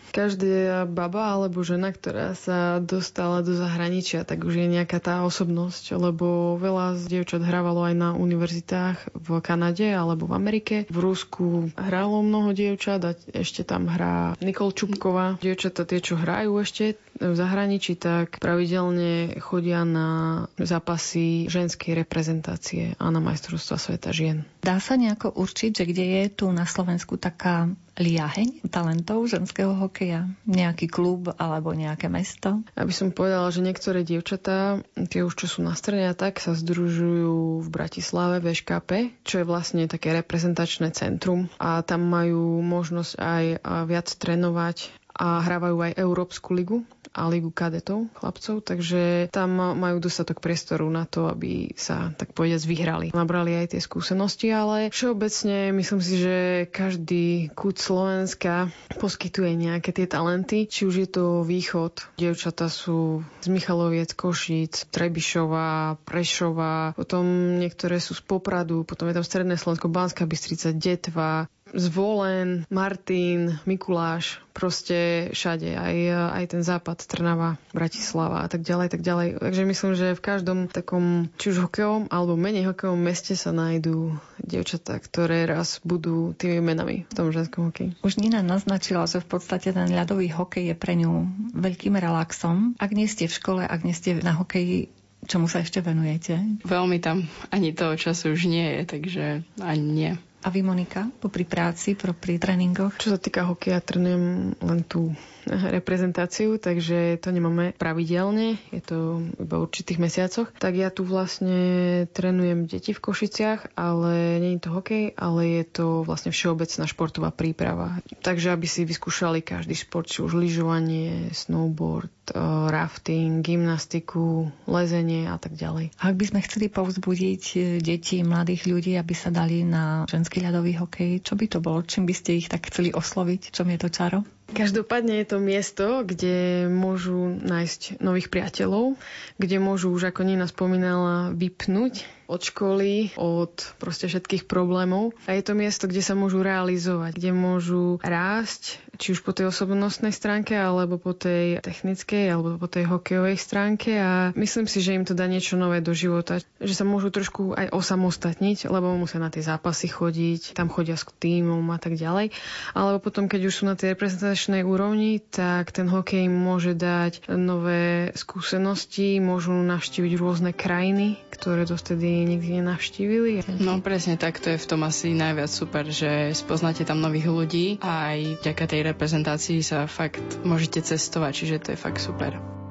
Každá baba alebo žena, ktorá sa dostala do zahraničia, tak už je nejaká tá osobnosť, lebo veľa z dievčat hrávalo aj na univerzitách v Kanade alebo v Amerike. V Rusku hralo mnoho dievčat a ešte tam hrá Nikol Čupková. Dievčatá tie, čo hrajú ešte v zahraničí, tak pravidelne chodia na zápasy ženskej reprezentácie a na majstrovstvá sveta žien. Dá sa nejako určiť, že kde je tu na Slovensku taká liaheň talentov ženského hokeja? Nejaký klub alebo nejaké mesto? Aby som povedala, že niektoré dievčatá, tie už čo sú na strane a tak, sa združujú v Bratislave v ŠKP, čo je vlastne také reprezentačné centrum a tam majú možnosť aj viac trénovať a hrávajú aj Európsku ligu a ligu kadetov, chlapcov, takže tam majú dostatok priestoru na to, aby sa, tak povedať, vyhrali. Nabrali aj tie skúsenosti, ale všeobecne myslím si, že každý kút Slovenska poskytuje nejaké tie talenty, či už je to východ. Dievčatá sú z Michaloviec, Košíc, Trebišova, Prešova, potom niektoré sú z Popradu, potom je tam Stredné Slovensko, Banská Bystrica, Detva, Zvolen, Martin, Mikuláš, proste všade, aj ten západ, Trnava, Bratislava a tak ďalej, tak ďalej. Takže myslím, že v každom takom, či už hokejovom alebo menej hokejovom meste sa nájdú dievčatá, ktoré raz budú tými menami v tom ženskom hokeji. Už Nina naznačila, že v podstate ten ľadový hokej je pre ňu veľkým relaxom. Ak nie ste v škole, ak nie ste na hokeji, čomu sa ešte venujete? Veľmi tam ani toho času už nie je, takže ani nie. A vy, Monika, popri práci, pri tréningoch? Čo sa týka hokeja, trénujem len tú reprezentáciu, takže to nemáme pravidelne, je to iba v určitých mesiacoch. Tak ja tu vlastne trénujem deti v Košiciach, ale nie je to hokej, ale je to vlastne všeobecná športová príprava. Takže aby si vyskúšali každý šport, či už lyžovanie, snowboard, rafting, gymnastiku, lezenie a tak ďalej. Ak by sme chceli povzbudiť deti, mladých ľudí, aby sa dali na ženský ľadový hokej, čo by to bolo? Čím by ste ich tak chceli osloviť? Čom je to čaro? Každopádne je to miesto, kde môžu nájsť nových priateľov, kde môžu, už ako Nina spomínala, vypnúť od školy, od proste všetkých problémov. A je to miesto, kde sa môžu realizovať, kde môžu rásť, či už po tej osobnostnej stránke, alebo po tej technickej, alebo po tej hokejovej stránke. A myslím si, že im to dá niečo nové do života. Že sa môžu trošku aj osamostatniť, lebo musia na tie zápasy chodiť, tam chodia s tímom a tak ďalej. Alebo potom, keď už sú na tej reprezentačnej úrovni, tak ten hokej im môže dať nové skúsenosti, môžu navštíviť rôzne krajiny, ktoré dovtedy nikdy nenavštívili. No presne tak, to je v tom asi najviac super, že spoznáte tam nových ľudí a aj vďaka tej reprezentácii sa fakt môžete cestovať, čiže to je fakt super.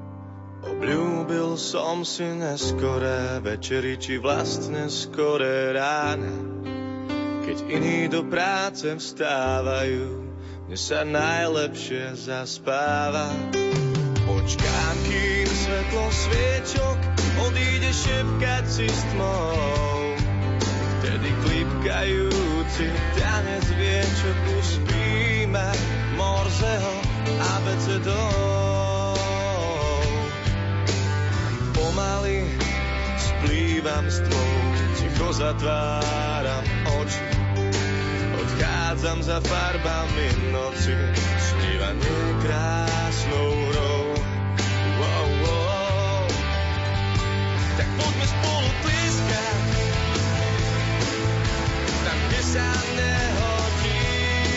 Obľúbil som si neskoré večery, či vlastne skoré rána. Keď iní do práce vstávajú, mne sa najlepšie zaspáva. Počkám, kým svetlo sviečok odíde šepkať si s tmou. Vtedy klipkajúci tanec viečok uspí ma Morzeho abecedou. Pomaly splývam s tmou, ticho zatváram oči. Odchádzam za farbami noci, snívaním krásnou hrou. Wow, wow. Tak poďme spolu tlieskať, tam, kde sa nehodí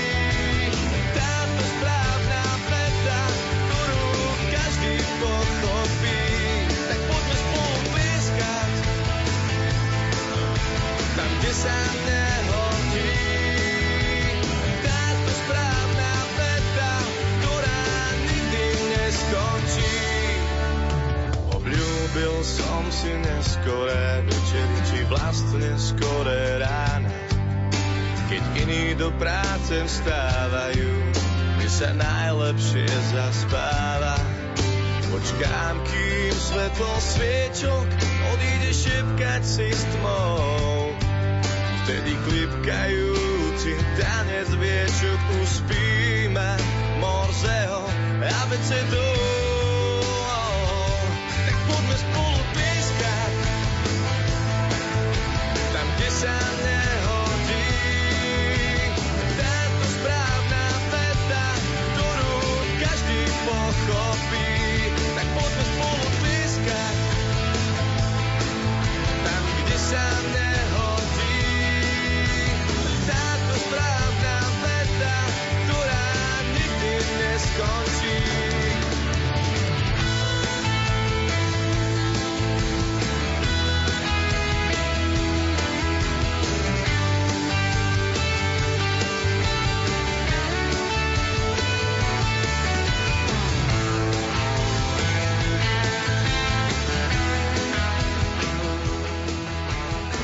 táto správna veta, ktorú každý pochopí. Tak poďme spolu tlieskať, tam, kde sa nehodí táto správna veta, ktorá nikdy neskončí. Obľúbil som si neskoré večery, či vlastne skoré rána. Keď iní do práce vstávajú, mne sa najlepšie zaspáva. Počkám, kým svetlo sviečok odíde šepkať si s tmou. Vtedy klipkajúci tanec viečok uspí ma Morzeho abecedou. Tak poďme spolu tlieskať, tam, kde sa nehodí táto správna veta, ktorú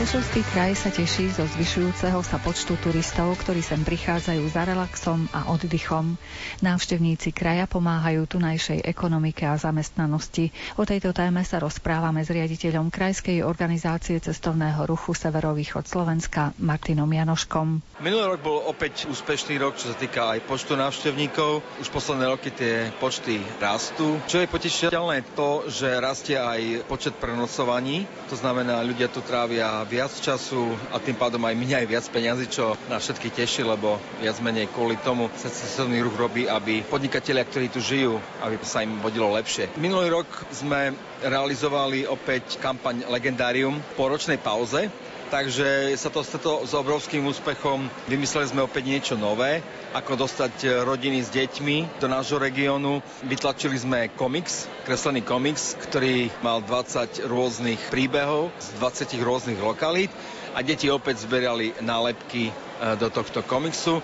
Prešovský kraj sa teší zo zvyšujúceho sa počtu turistov, ktorí sem prichádzajú za relaxom a oddychom. Návštevníci kraja pomáhajú tunajšej ekonomike a zamestnanosti. O tejto téme sa rozprávame s riaditeľom Krajskej organizácie cestovného ruchu Severovýchod Slovenska Martinom Janoškom. Minulý rok bol opäť úspešný rok, čo sa týka aj počtu návštevníkov. Už posledné roky tie počty rastú. Čo je potešiteľné to, že rastie aj počet prenocovaní. To znamená, ľudia tu trávia viac času a tým pádom aj míňajú viac peňazí, čo nás všetkých teší, lebo viac menej kvôli tomu sa cestovný ruch robí, aby podnikatelia, ktorí tu žijú, aby sa im vodilo lepšie. Minulý rok sme realizovali opäť kampaň Legendarium po ročnej pauze. Takže sa to stalo s obrovským úspechom. Vymysleli sme opäť niečo nové, ako dostať rodiny s deťmi do nášho regiónu. Vytlačili sme komiks, kreslený komiks, ktorý mal 20 rôznych príbehov z 20 rôznych lokalít a deti opäť zberali nálepky do tohto komiksu.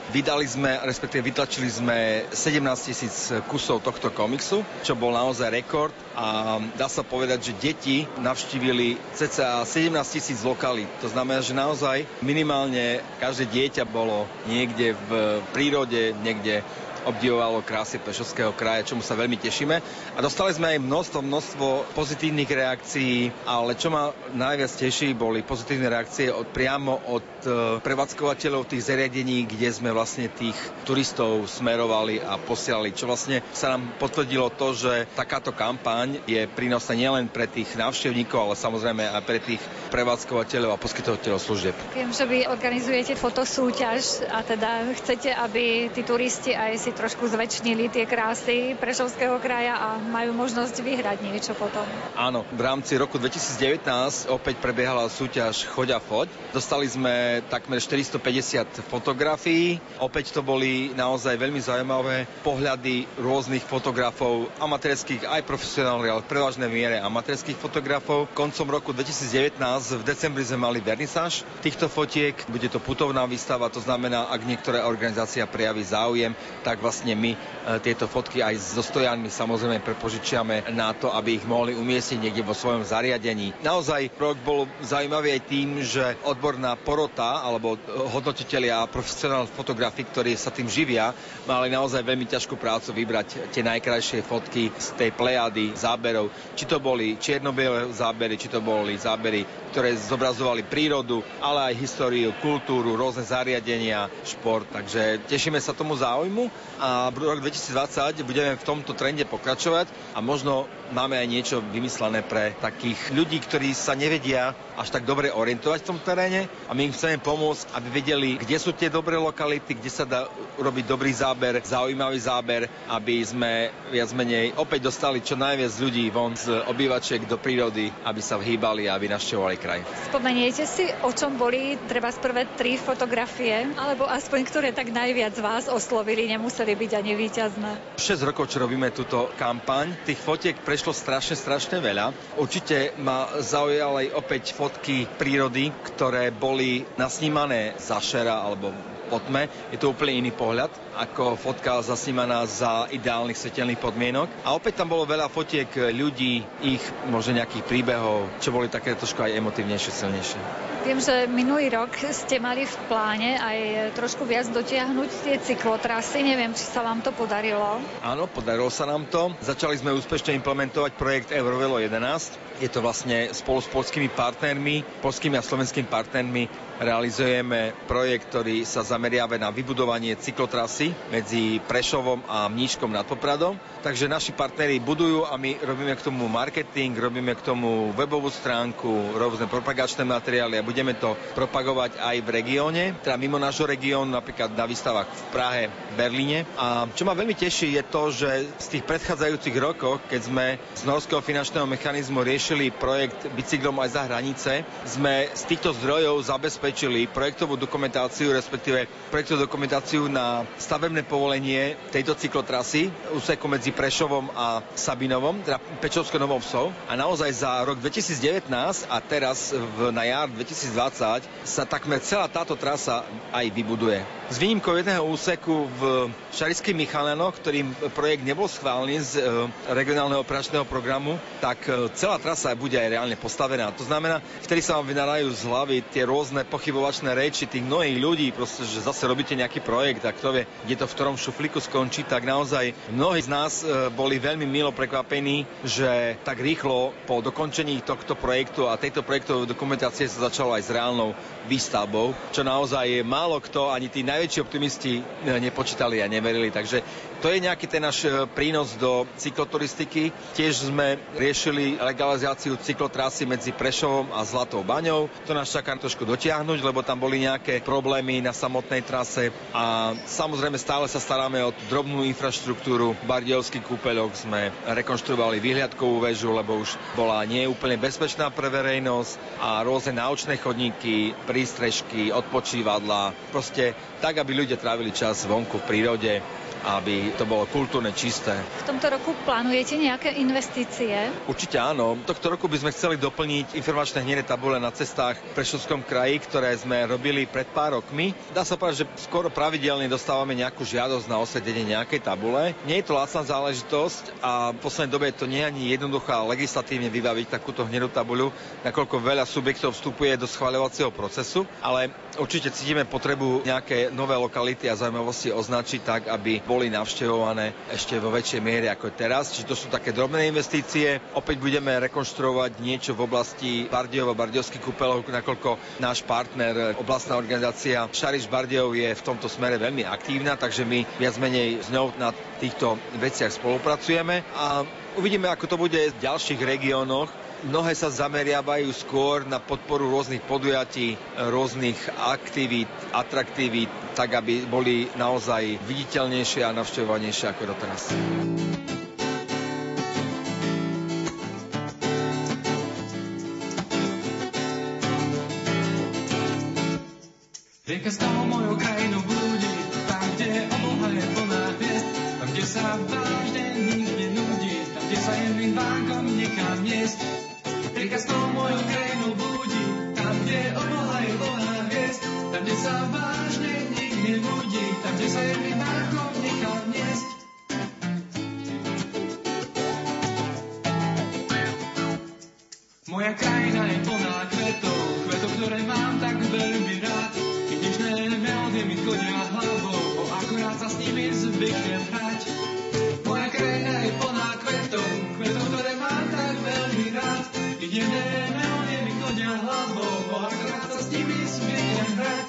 Vytlačili sme 17 000 kusov tohto komiksu, čo bol naozaj rekord a dá sa povedať, že deti navštívili cca 17 000 lokalít. To znamená, že naozaj minimálne každé dieťa bolo niekde v prírode, niekde obdivovalo krásy Prešovského kraja, čomu sa veľmi tešíme. A dostali sme aj množstvo pozitívnych reakcií, ale čo ma najviac teší, boli pozitívne reakcie priamo od prevádzkovateľov tých zariadení, kde sme vlastne tých turistov smerovali a posielali, čo vlastne sa nám potvrdilo to, že takáto kampaň je prínosná nielen pre tých návštevníkov, ale samozrejme aj pre tých prevádzkovateľov a poskytovateľov služieb. Viem, že vy organizujete fotosúťaž a teda chcete, aby tí turisti aj si trošku zväčšnili tie krásy Prešovského kraja a majú možnosť vyhrať niečo potom. Áno, v rámci roku 2019 opäť prebiehala súťaž Choď a foť. Dostali sme takmer 450 fotografií. Opäť to boli naozaj veľmi zaujímavé pohľady rôznych fotografov, amatérskych aj profesionálnych, ale v prevažnej miere amatérskych fotografov. Koncom roku 2019 v decembri sme mali vernisáž týchto fotiek. Bude to putovná výstava, to znamená, ak niektorá organizácia prejaví záujem, tak vlastne my tieto fotky aj so stojanmi samozrejme prepožičiame na to, aby ich mohli umiestniť niekde vo svojom zariadení. Naozaj rok bol zaujímavý aj tým, že odborná porota alebo hodnotitelia a profesionálni fotografi, ktorí sa tým živia, mali naozaj veľmi ťažkú prácu vybrať tie najkrajšie fotky z tej plejady záberov. Či to boli čierno-biele zábery, či to boli zábery, ktoré zobrazovali prírodu, ale aj históriu, kultúru, rôzne zariadenia, šport. Takže tešíme sa tomu záujmu a v rok 2020 budeme v tomto trende pokračovať a možno máme aj niečo vymyslené pre takých ľudí, ktorí sa nevedia až tak dobre orientovať v tom teréne a my im chceme pomôcť, aby vedeli, kde sú tie dobré lokality, kde sa dá urobiť dobrý záber, zaujímavý záber, aby sme viac menej opäť dostali čo najviac ľudí von z obývačiek do prírody, aby sa vhýbali a aby navštevovali kraj. Spomeniete si, o čom boli treba z prvé 3 fotografie, alebo aspoň ktoré tak najviac vás oslovili, nemuseli byť ani víťazné? 6 rokov, čo robíme túto kampaň, tých fotiek prešlo strašne veľa. Určite ma zaujali opäť fotky prírody, ktoré boli nasnímané za šera alebo po tme. Je to úplne iný pohľad, ako fotka zasnímaná za ideálnych svetelných podmienok. A opäť tam bolo veľa fotiek ľudí, ich možno nejakých príbehov, čo boli také trošku aj emotívnejšie, silnejšie. Viem, že minulý rok ste mali v pláne aj trošku viac dotiahnuť tie cyklotrasy. Neviem, či sa vám to podarilo. Áno, podarilo sa nám to. Začali sme úspešne implementovať projekt Eurovelo 11. Je to vlastne spolu s poľskými partnermi, poľskými a slovenskými partnermi realizujeme projekt, ktorý sa zameriava na vybudovanie cyklotrasy medzi Prešovom a Mníškom nad Popradom. Takže naši partneri budujú a my robíme k tomu marketing, robíme k tomu webovú stránku, rôzne propagačné materiály a budeme to propagovať aj v regióne, teda mimo nášho regiónu, napríklad na výstavách v Prahe, Berlíne. A čo ma veľmi teší je to, že z tých predchádzajúcich rokov, keď sme z Norského finančného mechanizmu riešili projekt Bicyklom aj za hranice, sme z týchto zdrojov zabezpečili projektovú dokumentáciu, respektíve projektovú dokumentáciu na stavebné povolenie tejto cyklotrasy úseku medzi Prešovom a Sabinovom, teda Pečovsko-Novou Vsou. A naozaj za rok 2019 a teraz na jar 2020 sa takmer celá táto trasa aj vybuduje. S výnimkou jedného úseku v Šarišských Michalianoch, ktorým projekt nebol schválený z regionálneho operačného programu, tak celá trasa bude aj reálne postavená. To znamená, vtedy sa vám vynárajú z hlavy tie rôzne pochybovačné reči tých mnohých ľudí, proste, že zase robíte nejaký projekt a kto vie, kde to v ktorom šuflíku skončí, tak naozaj mnohí z nás boli veľmi milo prekvapení, že tak rýchlo po dokončení tohto projektu a tejto projektovej dokumentácie sa začalo aj s reálnou výstavbou, čo naozaj málo kto, ani tí najväčší optimisti nepočítali a neverili. Takže to je nejaký ten náš prínos do cykloturistiky. Tiež sme riešili legalizáciu cyklotrasy medzi Prešovom a Zlatou Baňou. To nás čaká trošku dotiahnuť, lebo tam boli nejaké problémy na samotnej trase a samozrejme stále sa staráme o drobnú infraštruktúru. V Bardejovských kúpeľoch sme rekonštruovali výhľadkovú väžu, lebo už bola nie úplne bezpečná pre verejnosť a rôzne náučné chodníky, prístrežky, odpočívadlá, proste tak, aby ľudia trávili čas vonku v prírode, aby to bolo kultúrne čisté. V tomto roku plánujete nejaké investície? Určite áno. Tohto roku by sme chceli doplniť informačné hnené tabule na cestách v Prešovskom kraji, ktoré sme robili pred pár rokmi. Dá sa povedať, že skoro pravidelne dostávame nejakú žiadosť na osvedenie nejakej tabule. Nie je to lacná záležitosť a v poslednej dobe to nie je ani jednoduchá legislatívne vybaviť takúto hnedú tabuľu, nakoľko veľa subjektov vstupuje do schvaľovacieho procesu, ale určite cítime potrebu nejaké nové lokality a zaujímavosti označiť tak, aby boli navštevované ešte vo väčšej miere ako teraz. Čiže to sú také drobné investície. Opäť budeme rekonštruovať niečo v oblasti Bardejova, Bardejovských kúpeľov, nakoľko náš partner, oblastná organizácia Šariš Bardejov je v tomto smere veľmi aktívna, takže my viac menej s ňou na týchto veciach spolupracujeme a uvidíme, ako to bude v ďalších regiónoch. Mnohé sa zameriavajú skôr na podporu rôznych podujatí, rôznych aktivít, atraktivít, tak aby boli naozaj viditeľnejšie a navštevovanejšie ako doteraz. Rieka s tou mojou krajinou blúdi, tam, kde obloha je plná hviezd, tam, kde sa vážne nikto nenúdi, tam, kde sa jemným vánkom nechám niesť. Rieka s tou mojou krajinou blúdi, tam, kde obloha je plná hviezd, tam, kde sa vážne nikto nenúdi, tam, kde sa jemným vánkom nechám niesť. Moja krajina je plná kvetov, ktoré mám tak veľmi rád. Nežné melódie mi chodia hlavou, akorát sa s nimi zvyknem hrať. Moja krajina je plná kvetov, ktoré mám tak veľmi rád. Nežné melódie mi chodia hlavou, akorát sa s nimi zvyknem hrať.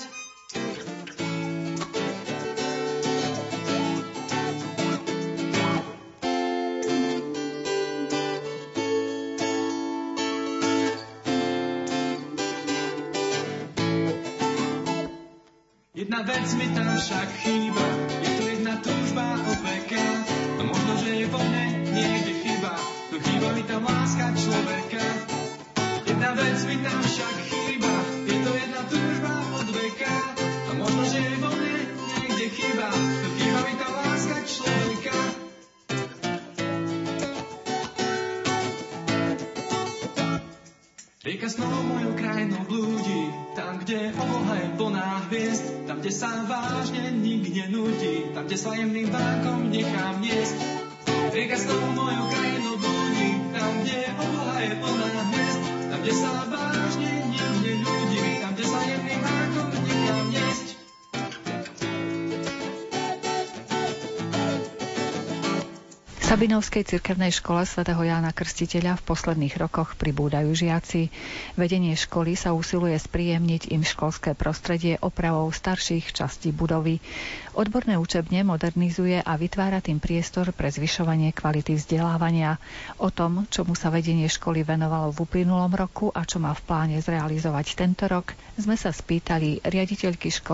Jedna vec mi tam však chýba, je to jedna túžba od veka. A možno, že je vo mne niekde chyba, no chýba mi tam láska človeka. Jedna vec mi tam však chýba, je to jedna túžba od veka. A možno, že je vo mne niekde chyba, no chýba mi tam láska človeka. Rieka s novou mojou krajinou blúdi, tam, kde obloha je plná hviezd, tam, kde sa vážne nik nenúdi, tam, kde sa jemným vánkom nechám niesť. Rieka s novou mojou krajinou blúdi, tam, kde obloha je plná hviezd, tam, kde sa vážne nik nenúdi, tam, kde sa jemným vánkom nechám niesť. V Sabinovskej cirkevnej škole svätého Jána Krstiteľa v posledných rokoch pribúdajú žiaci. Vedenie školy sa usiluje spríjemniť im školské prostredie opravou starších častí budovy. Odborné učebne modernizuje a vytvára tým priestor pre zvyšovanie kvality vzdelávania. O tom, čomu sa vedenie školy venovalo v uplynulom roku a čo má v pláne zrealizovať tento rok, sme sa spýtali riaditeľky školy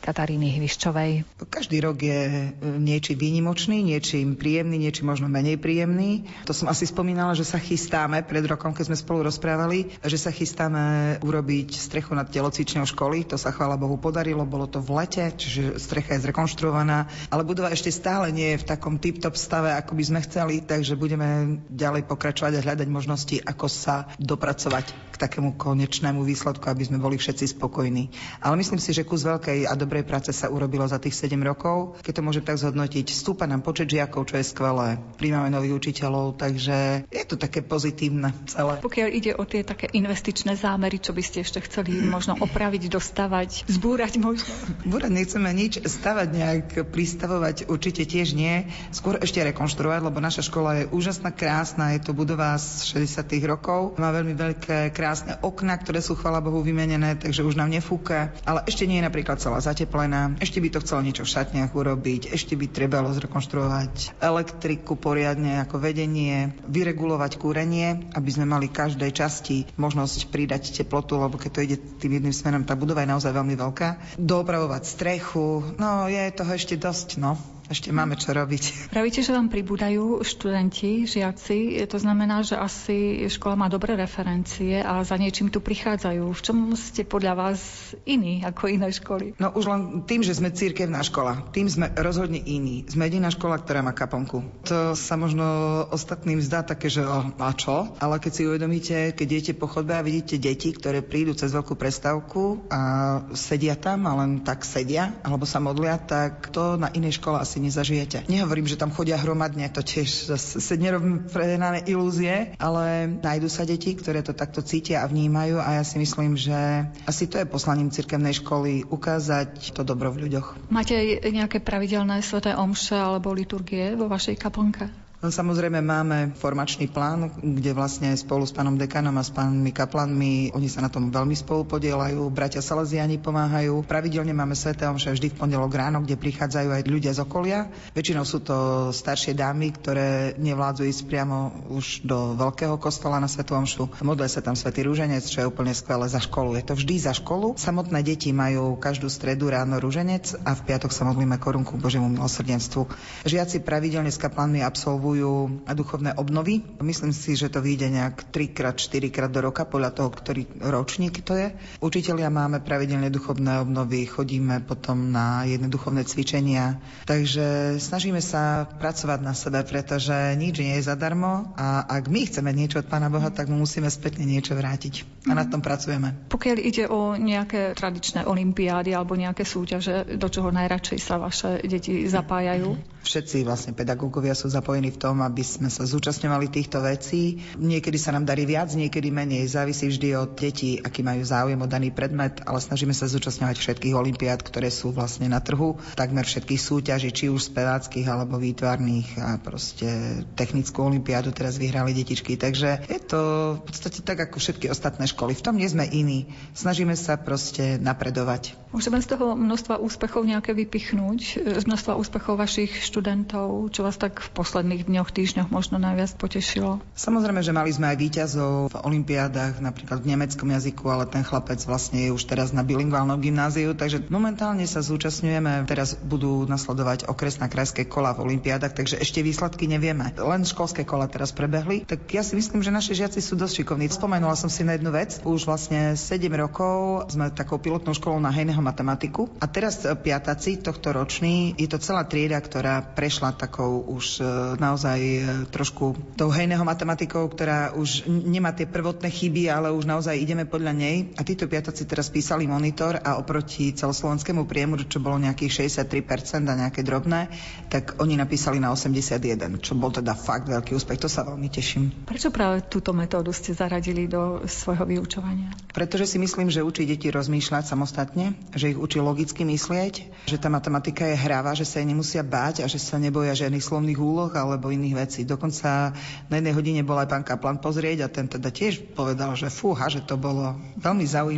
Kataríny Hviščovej. Každý rok je niečím výnimočný, niečím príjemný, niečím možno menej príjemný. To som asi spomínala, že sa chystáme pred rokom, keď sme spolu rozprávali, že sa chystáme urobiť strechu nad telocvičňou školy. To sa chvála Bohu podarilo, bolo to v lete, čiže strecha je zrekonštruovaná, ale budova ešte stále nie je v takom tip-top stave, ako by sme chceli, takže budeme ďalej pokračovať a hľadať možnosti, ako sa dopracovať k takému konečnému výsledku, aby sme boli všetci spokojní. Ale myslím si, že kus veľkej a dobrej práce sa urobilo za tých 7 rokov. Keď to môžem tak zhodnotiť, stúpa nám počet žiakov, čo je skvelé. Príjmame nových učiteľov, takže je to také pozitívne celé. Pokiaľ ide o tie také investičné zámery, čo by ste ešte chceli možno opraviť, dostavať, zbúrať možno? Búrať nechceme nič, stavať nejak, pristavovať určite tiež nie. Skôr ešte rekonštruovať, lebo naša škola je úžasná, krásna, je to budova z 60. rokov. Má veľmi veľké, krásne okná, ktoré sú chvála Bohu vymenené, takže už nám nefúka, ale ešte nie je napríklad celá zateplená. Ešte by to chcelo niečo v šatniach urobiť, ešte by trebalo zrekonštruovať elektriku poriadne ako vedenie, vyregulovať kúrenie, aby sme mali každej časti možnosť pridať teplotu, lebo keď to ide tým jedným smerom, tá budova je naozaj veľmi veľká. Doopravovať strechu, no je toho ešte dosť, no. Ešte máme čo robiť. Pravíte, že vám pribúdajú študenti, žiaci. To znamená, že asi škola má dobré referencie a za niečím tu prichádzajú. V čom ste podľa vás iní ako iné školy? No už len tým, že sme cirkevná škola. Tým sme rozhodne iní. Sme jediná škola, ktorá má kaplnku. To sa možno ostatným zdá také, že a čo? Ale keď si uvedomíte, keď idete po chodbe a vidíte deti, ktoré prídu cez veľkú prestávku a sedia tam a len tak sedia alebo sa modlia, tak to na inej škole asi nezažijete. Nehovorím, že tam chodia hromadne, to tiež zase nerobím prehnané ilúzie, ale nájdú sa deti, ktoré to takto cítia a vnímajú a ja si myslím, že asi to je poslaním cirkevnej školy ukázať to dobro v ľuďoch. Máte nejaké pravidelné sväté omše alebo liturgie vo vašej kaplnke? No, samozrejme máme formačný plán, kde vlastne spolu s pánom dekanom a s pánmi kaplanmi, oni sa na tom veľmi spolu podieľajú, bratia Salesiáni pomáhajú. Pravidelne máme sväté omše vždy v pondelok ráno, kde prichádzajú aj ľudia z okolia. Väčšinou sú to staršie dámy, ktoré nevládzu ísť priamo už do veľkého kostola na svätú omšu. Modlia sa tam svätý rúženec, čo je úplne skvelé za školu. Je to vždy za školu. Samotné deti majú každú stredu ráno rúženec a v piatok sa modlíme korunku Božiemu milosrdenstvu. Žiaci pravidelne s kaplanmi absolvujú a duchovné obnovy. Myslím si, že to vyjde nejak 3-4 do roka, podľa toho, ktorý ročník to je. Učitelia máme pravidelne duchovné obnovy, chodíme potom na jedné duchovné cvičenia. Takže snažíme sa pracovať na sebe, pretože nič nie je zadarmo a ak my chceme niečo od Pána Boha, tak mu musíme spätne niečo vrátiť. A na tom pracujeme. Pokiaľ ide o nejaké tradičné olympiády alebo nejaké súťaže, do čoho najradšej sa vaše deti zapájajú? Všetci vlastne pedagógovia sú zapojení v tom, aby sme sa zúčastňovali týchto vecí. Niekedy sa nám darí viac, niekedy menej. Závisí vždy od detí, aký majú záujem o daný predmet, ale snažíme sa zúčastňovať všetkých olympiád, ktoré sú vlastne na trhu. Takmer všetkých súťaží, či už speváckych alebo výtvarných a proste technickú olympiádu teraz vyhrali detičky. Takže je to v podstate tak ako všetky ostatné školy. V tom nie sme iní. Snažíme sa proste napredovať. Môžeme z toho množstva úspechov nejaké vypichnúť? Z množstva úspechov vašich študentov, čo vás tak v posledných dňoch, týždňoch možno najviac potešilo? Samozrejme, že mali sme aj víťazov v olympiádach, napríklad v nemeckom jazyku, ale ten chlapec vlastne je už teraz na bilingválnom gymnáziu, takže momentálne sa zúčastňujeme. Teraz budú nasledovať okresné krajské kola v olympiádach, takže ešte výsledky nevieme. Len školské kola teraz prebehli. Tak ja si myslím, že naši žiaci sú dosť šikovní. Spomenula som si na jednu vec. Už vlastne 7 rokov sme takou pilotnou školou na hejného matematiku a teraz piataci tohto roční, je to celá trieda, ktorá prešla takou už naozaj trošku tou hejného matematikou, ktorá už nemá tie prvotné chyby, ale už naozaj ideme podľa nej. A títo piataci teraz písali monitor a oproti celoslovenskému priemeru, čo bolo nejakých 63% a nejaké drobné, tak oni napísali na 81, čo bol teda fakt veľký úspech. To sa veľmi teším. Prečo práve túto metódu ste zaradili do svojho vyučovania? Pretože si myslím, že učí deti rozmýšľať samostatne, že ich učí logicky myslieť, že tá matematika je hravá, že sa jej nemusia báť a že sa neboja žiadnych slovných úloh alebo iných vecí. Dokonca na jednej hodine bol aj pán kaplan pozrieť a ten teda tiež povedal, že fúha, že to bolo veľmi zaujímavé.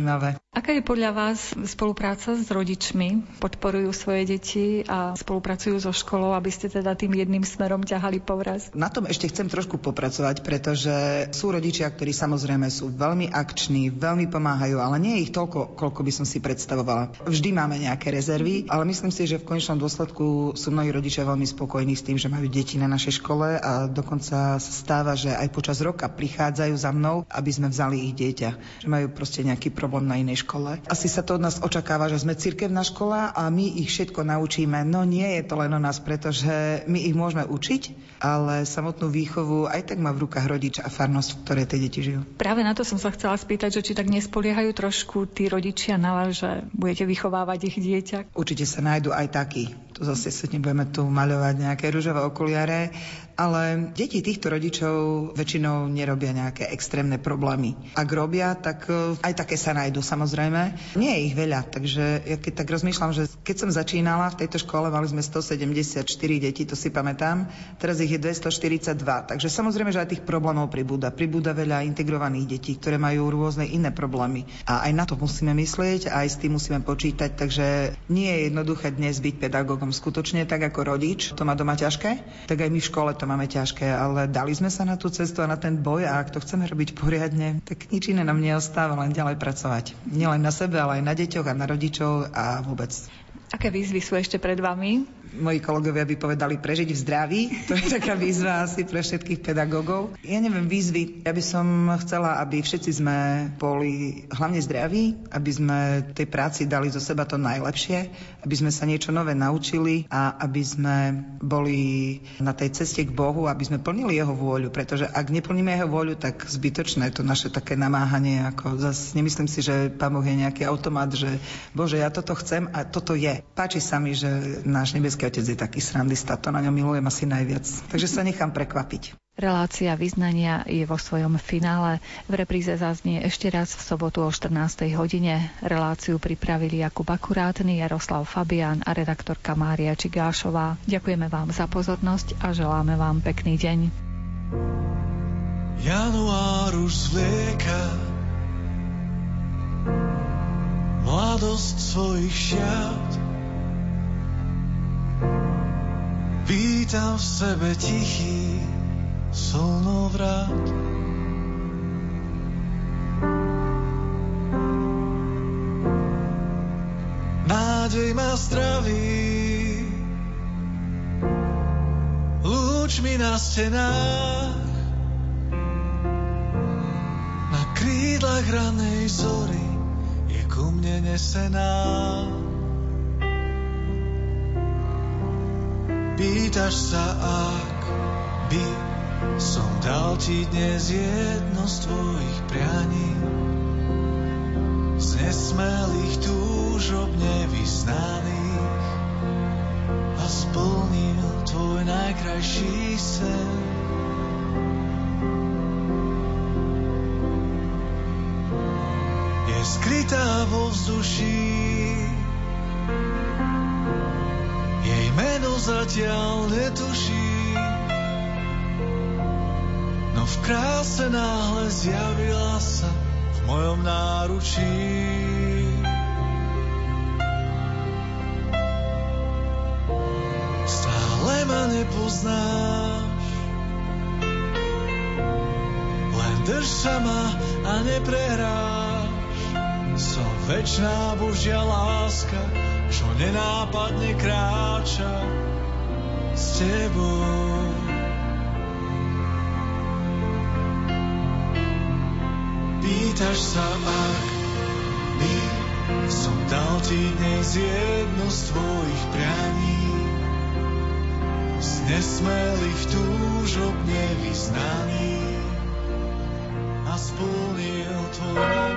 Aká je podľa vás spolupráca s rodičmi? Podporujú svoje deti a spolupracujú so školou, aby ste teda tým jedným smerom ťahali povraz? Na tom ešte chcem trošku popracovať, pretože sú rodičia, ktorí samozrejme sú veľmi akční, veľmi pomáhajú, ale nie je ich toľko, koľko by som si predstavovala. Vždy máme nejaké rezervy, ale myslím si, že v konečnom dôsledku sú mnohí rodičia veľmi spokojní s tým, že majú deti na našej škole a dokonca sa stáva, že aj počas roka prichádzajú za mnou, aby sme vzali ich dieťa, že majú proste nejaký problém na inej škole. Asi sa to od nás očakáva, že sme cirkevná škola a my ich všetko naučíme. No nie je to len o nás, pretože my ich môžeme učiť, ale samotnú výchovu aj tak má v rukách rodič a farnosť, v ktorej tie deti žijú. Práve na to som sa chcela spýtať, že či tak nespoliehajú trošku tí rodičia na vás, že budete vychovávať ich dieťa? Určite sa nájdu aj takí. To zase sa nebudeme tu maľovať nejaké ružové okuliare, ale deti týchto rodičov väčšinou nerobia nejaké extrémne problémy. Ak robia, tak aj také sa nájdu, samozrejme. Nie je ich veľa, takže ja keď tak rozmýšľam, že keď som začínala v tejto škole, mali sme 174 detí, to si pamätám, teraz ich je 242, takže samozrejme, že aj tých problémov pribúda. Pribúda veľa integrovaných detí, ktoré majú rôzne iné problémy. A aj na to musíme myslieť, aj s tým musíme počítať, takže nie je jednoduché dnes byť pedagógom. Skutočne tak ako rodič, to má doma ťažké, tak aj my v škole to máme ťažké, ale dali sme sa na tú cestu a na ten boj a ak to chceme robiť poriadne, tak nič iné nám neostáva, len ďalej pracovať. Nielen na sebe, ale aj na deťoch a na rodičov a vôbec. Aké výzvy sú ešte pred vami? Moji kolegovia by povedali prežiť v zdraví. To je taká výzva asi pre všetkých pedagógov. Ja neviem, výzvy. Ja by som chcela, aby všetci sme boli hlavne zdraví, aby sme tej práci dali zo seba to najlepšie, aby sme sa niečo nové naučili a aby sme boli na tej ceste k Bohu, aby sme plnili jeho vôľu, pretože ak neplníme jeho vôľu, tak zbytočné to naše také namáhanie, ako zase nemyslím si, že Pán Boh je nejaký automat, že Bože, ja toto chcem a toto je. Páči sa mi, že náš nebeský Otec je taký srandista, to na ňom milujem asi najviac. Takže sa nechám prekvapiť. Relácia Vyznania je vo svojom finále. V repríze zaznie ešte raz v sobotu o 14. hodine. Reláciu pripravili Jakub Akurátny, Jaroslav Fabián a redaktorka Mária Čigášová. Ďakujeme vám za pozornosť a želáme vám pekný deň. Január už zvlieka mladosť svojich šiat. Vítam v sebe tichý slnovrat. Nádej ma zdraví lúčmi na stenách, na krídlach ranej zory je ku mne nesená. Pýtaš sa, ak by som dal ti dnes jedno z tvojich prianí, z nesmelých túžob nevyznaných, a splnil tvoj najkrajší sen. Je skrytá vo vzduší, jej meno zatiaľ netuší, no v kráse náhle zjavila sa v mojom náručí. Stále ma nepoznáš, len drž sa ma a neprehráš. Som večná Božia láska, čo nenápadne kráča s tebou. Pýtaš sa, ak by som dal ti dnes jedno z tvojich prianí, z nesmelých túžob nevyznaných, a splnil tvoj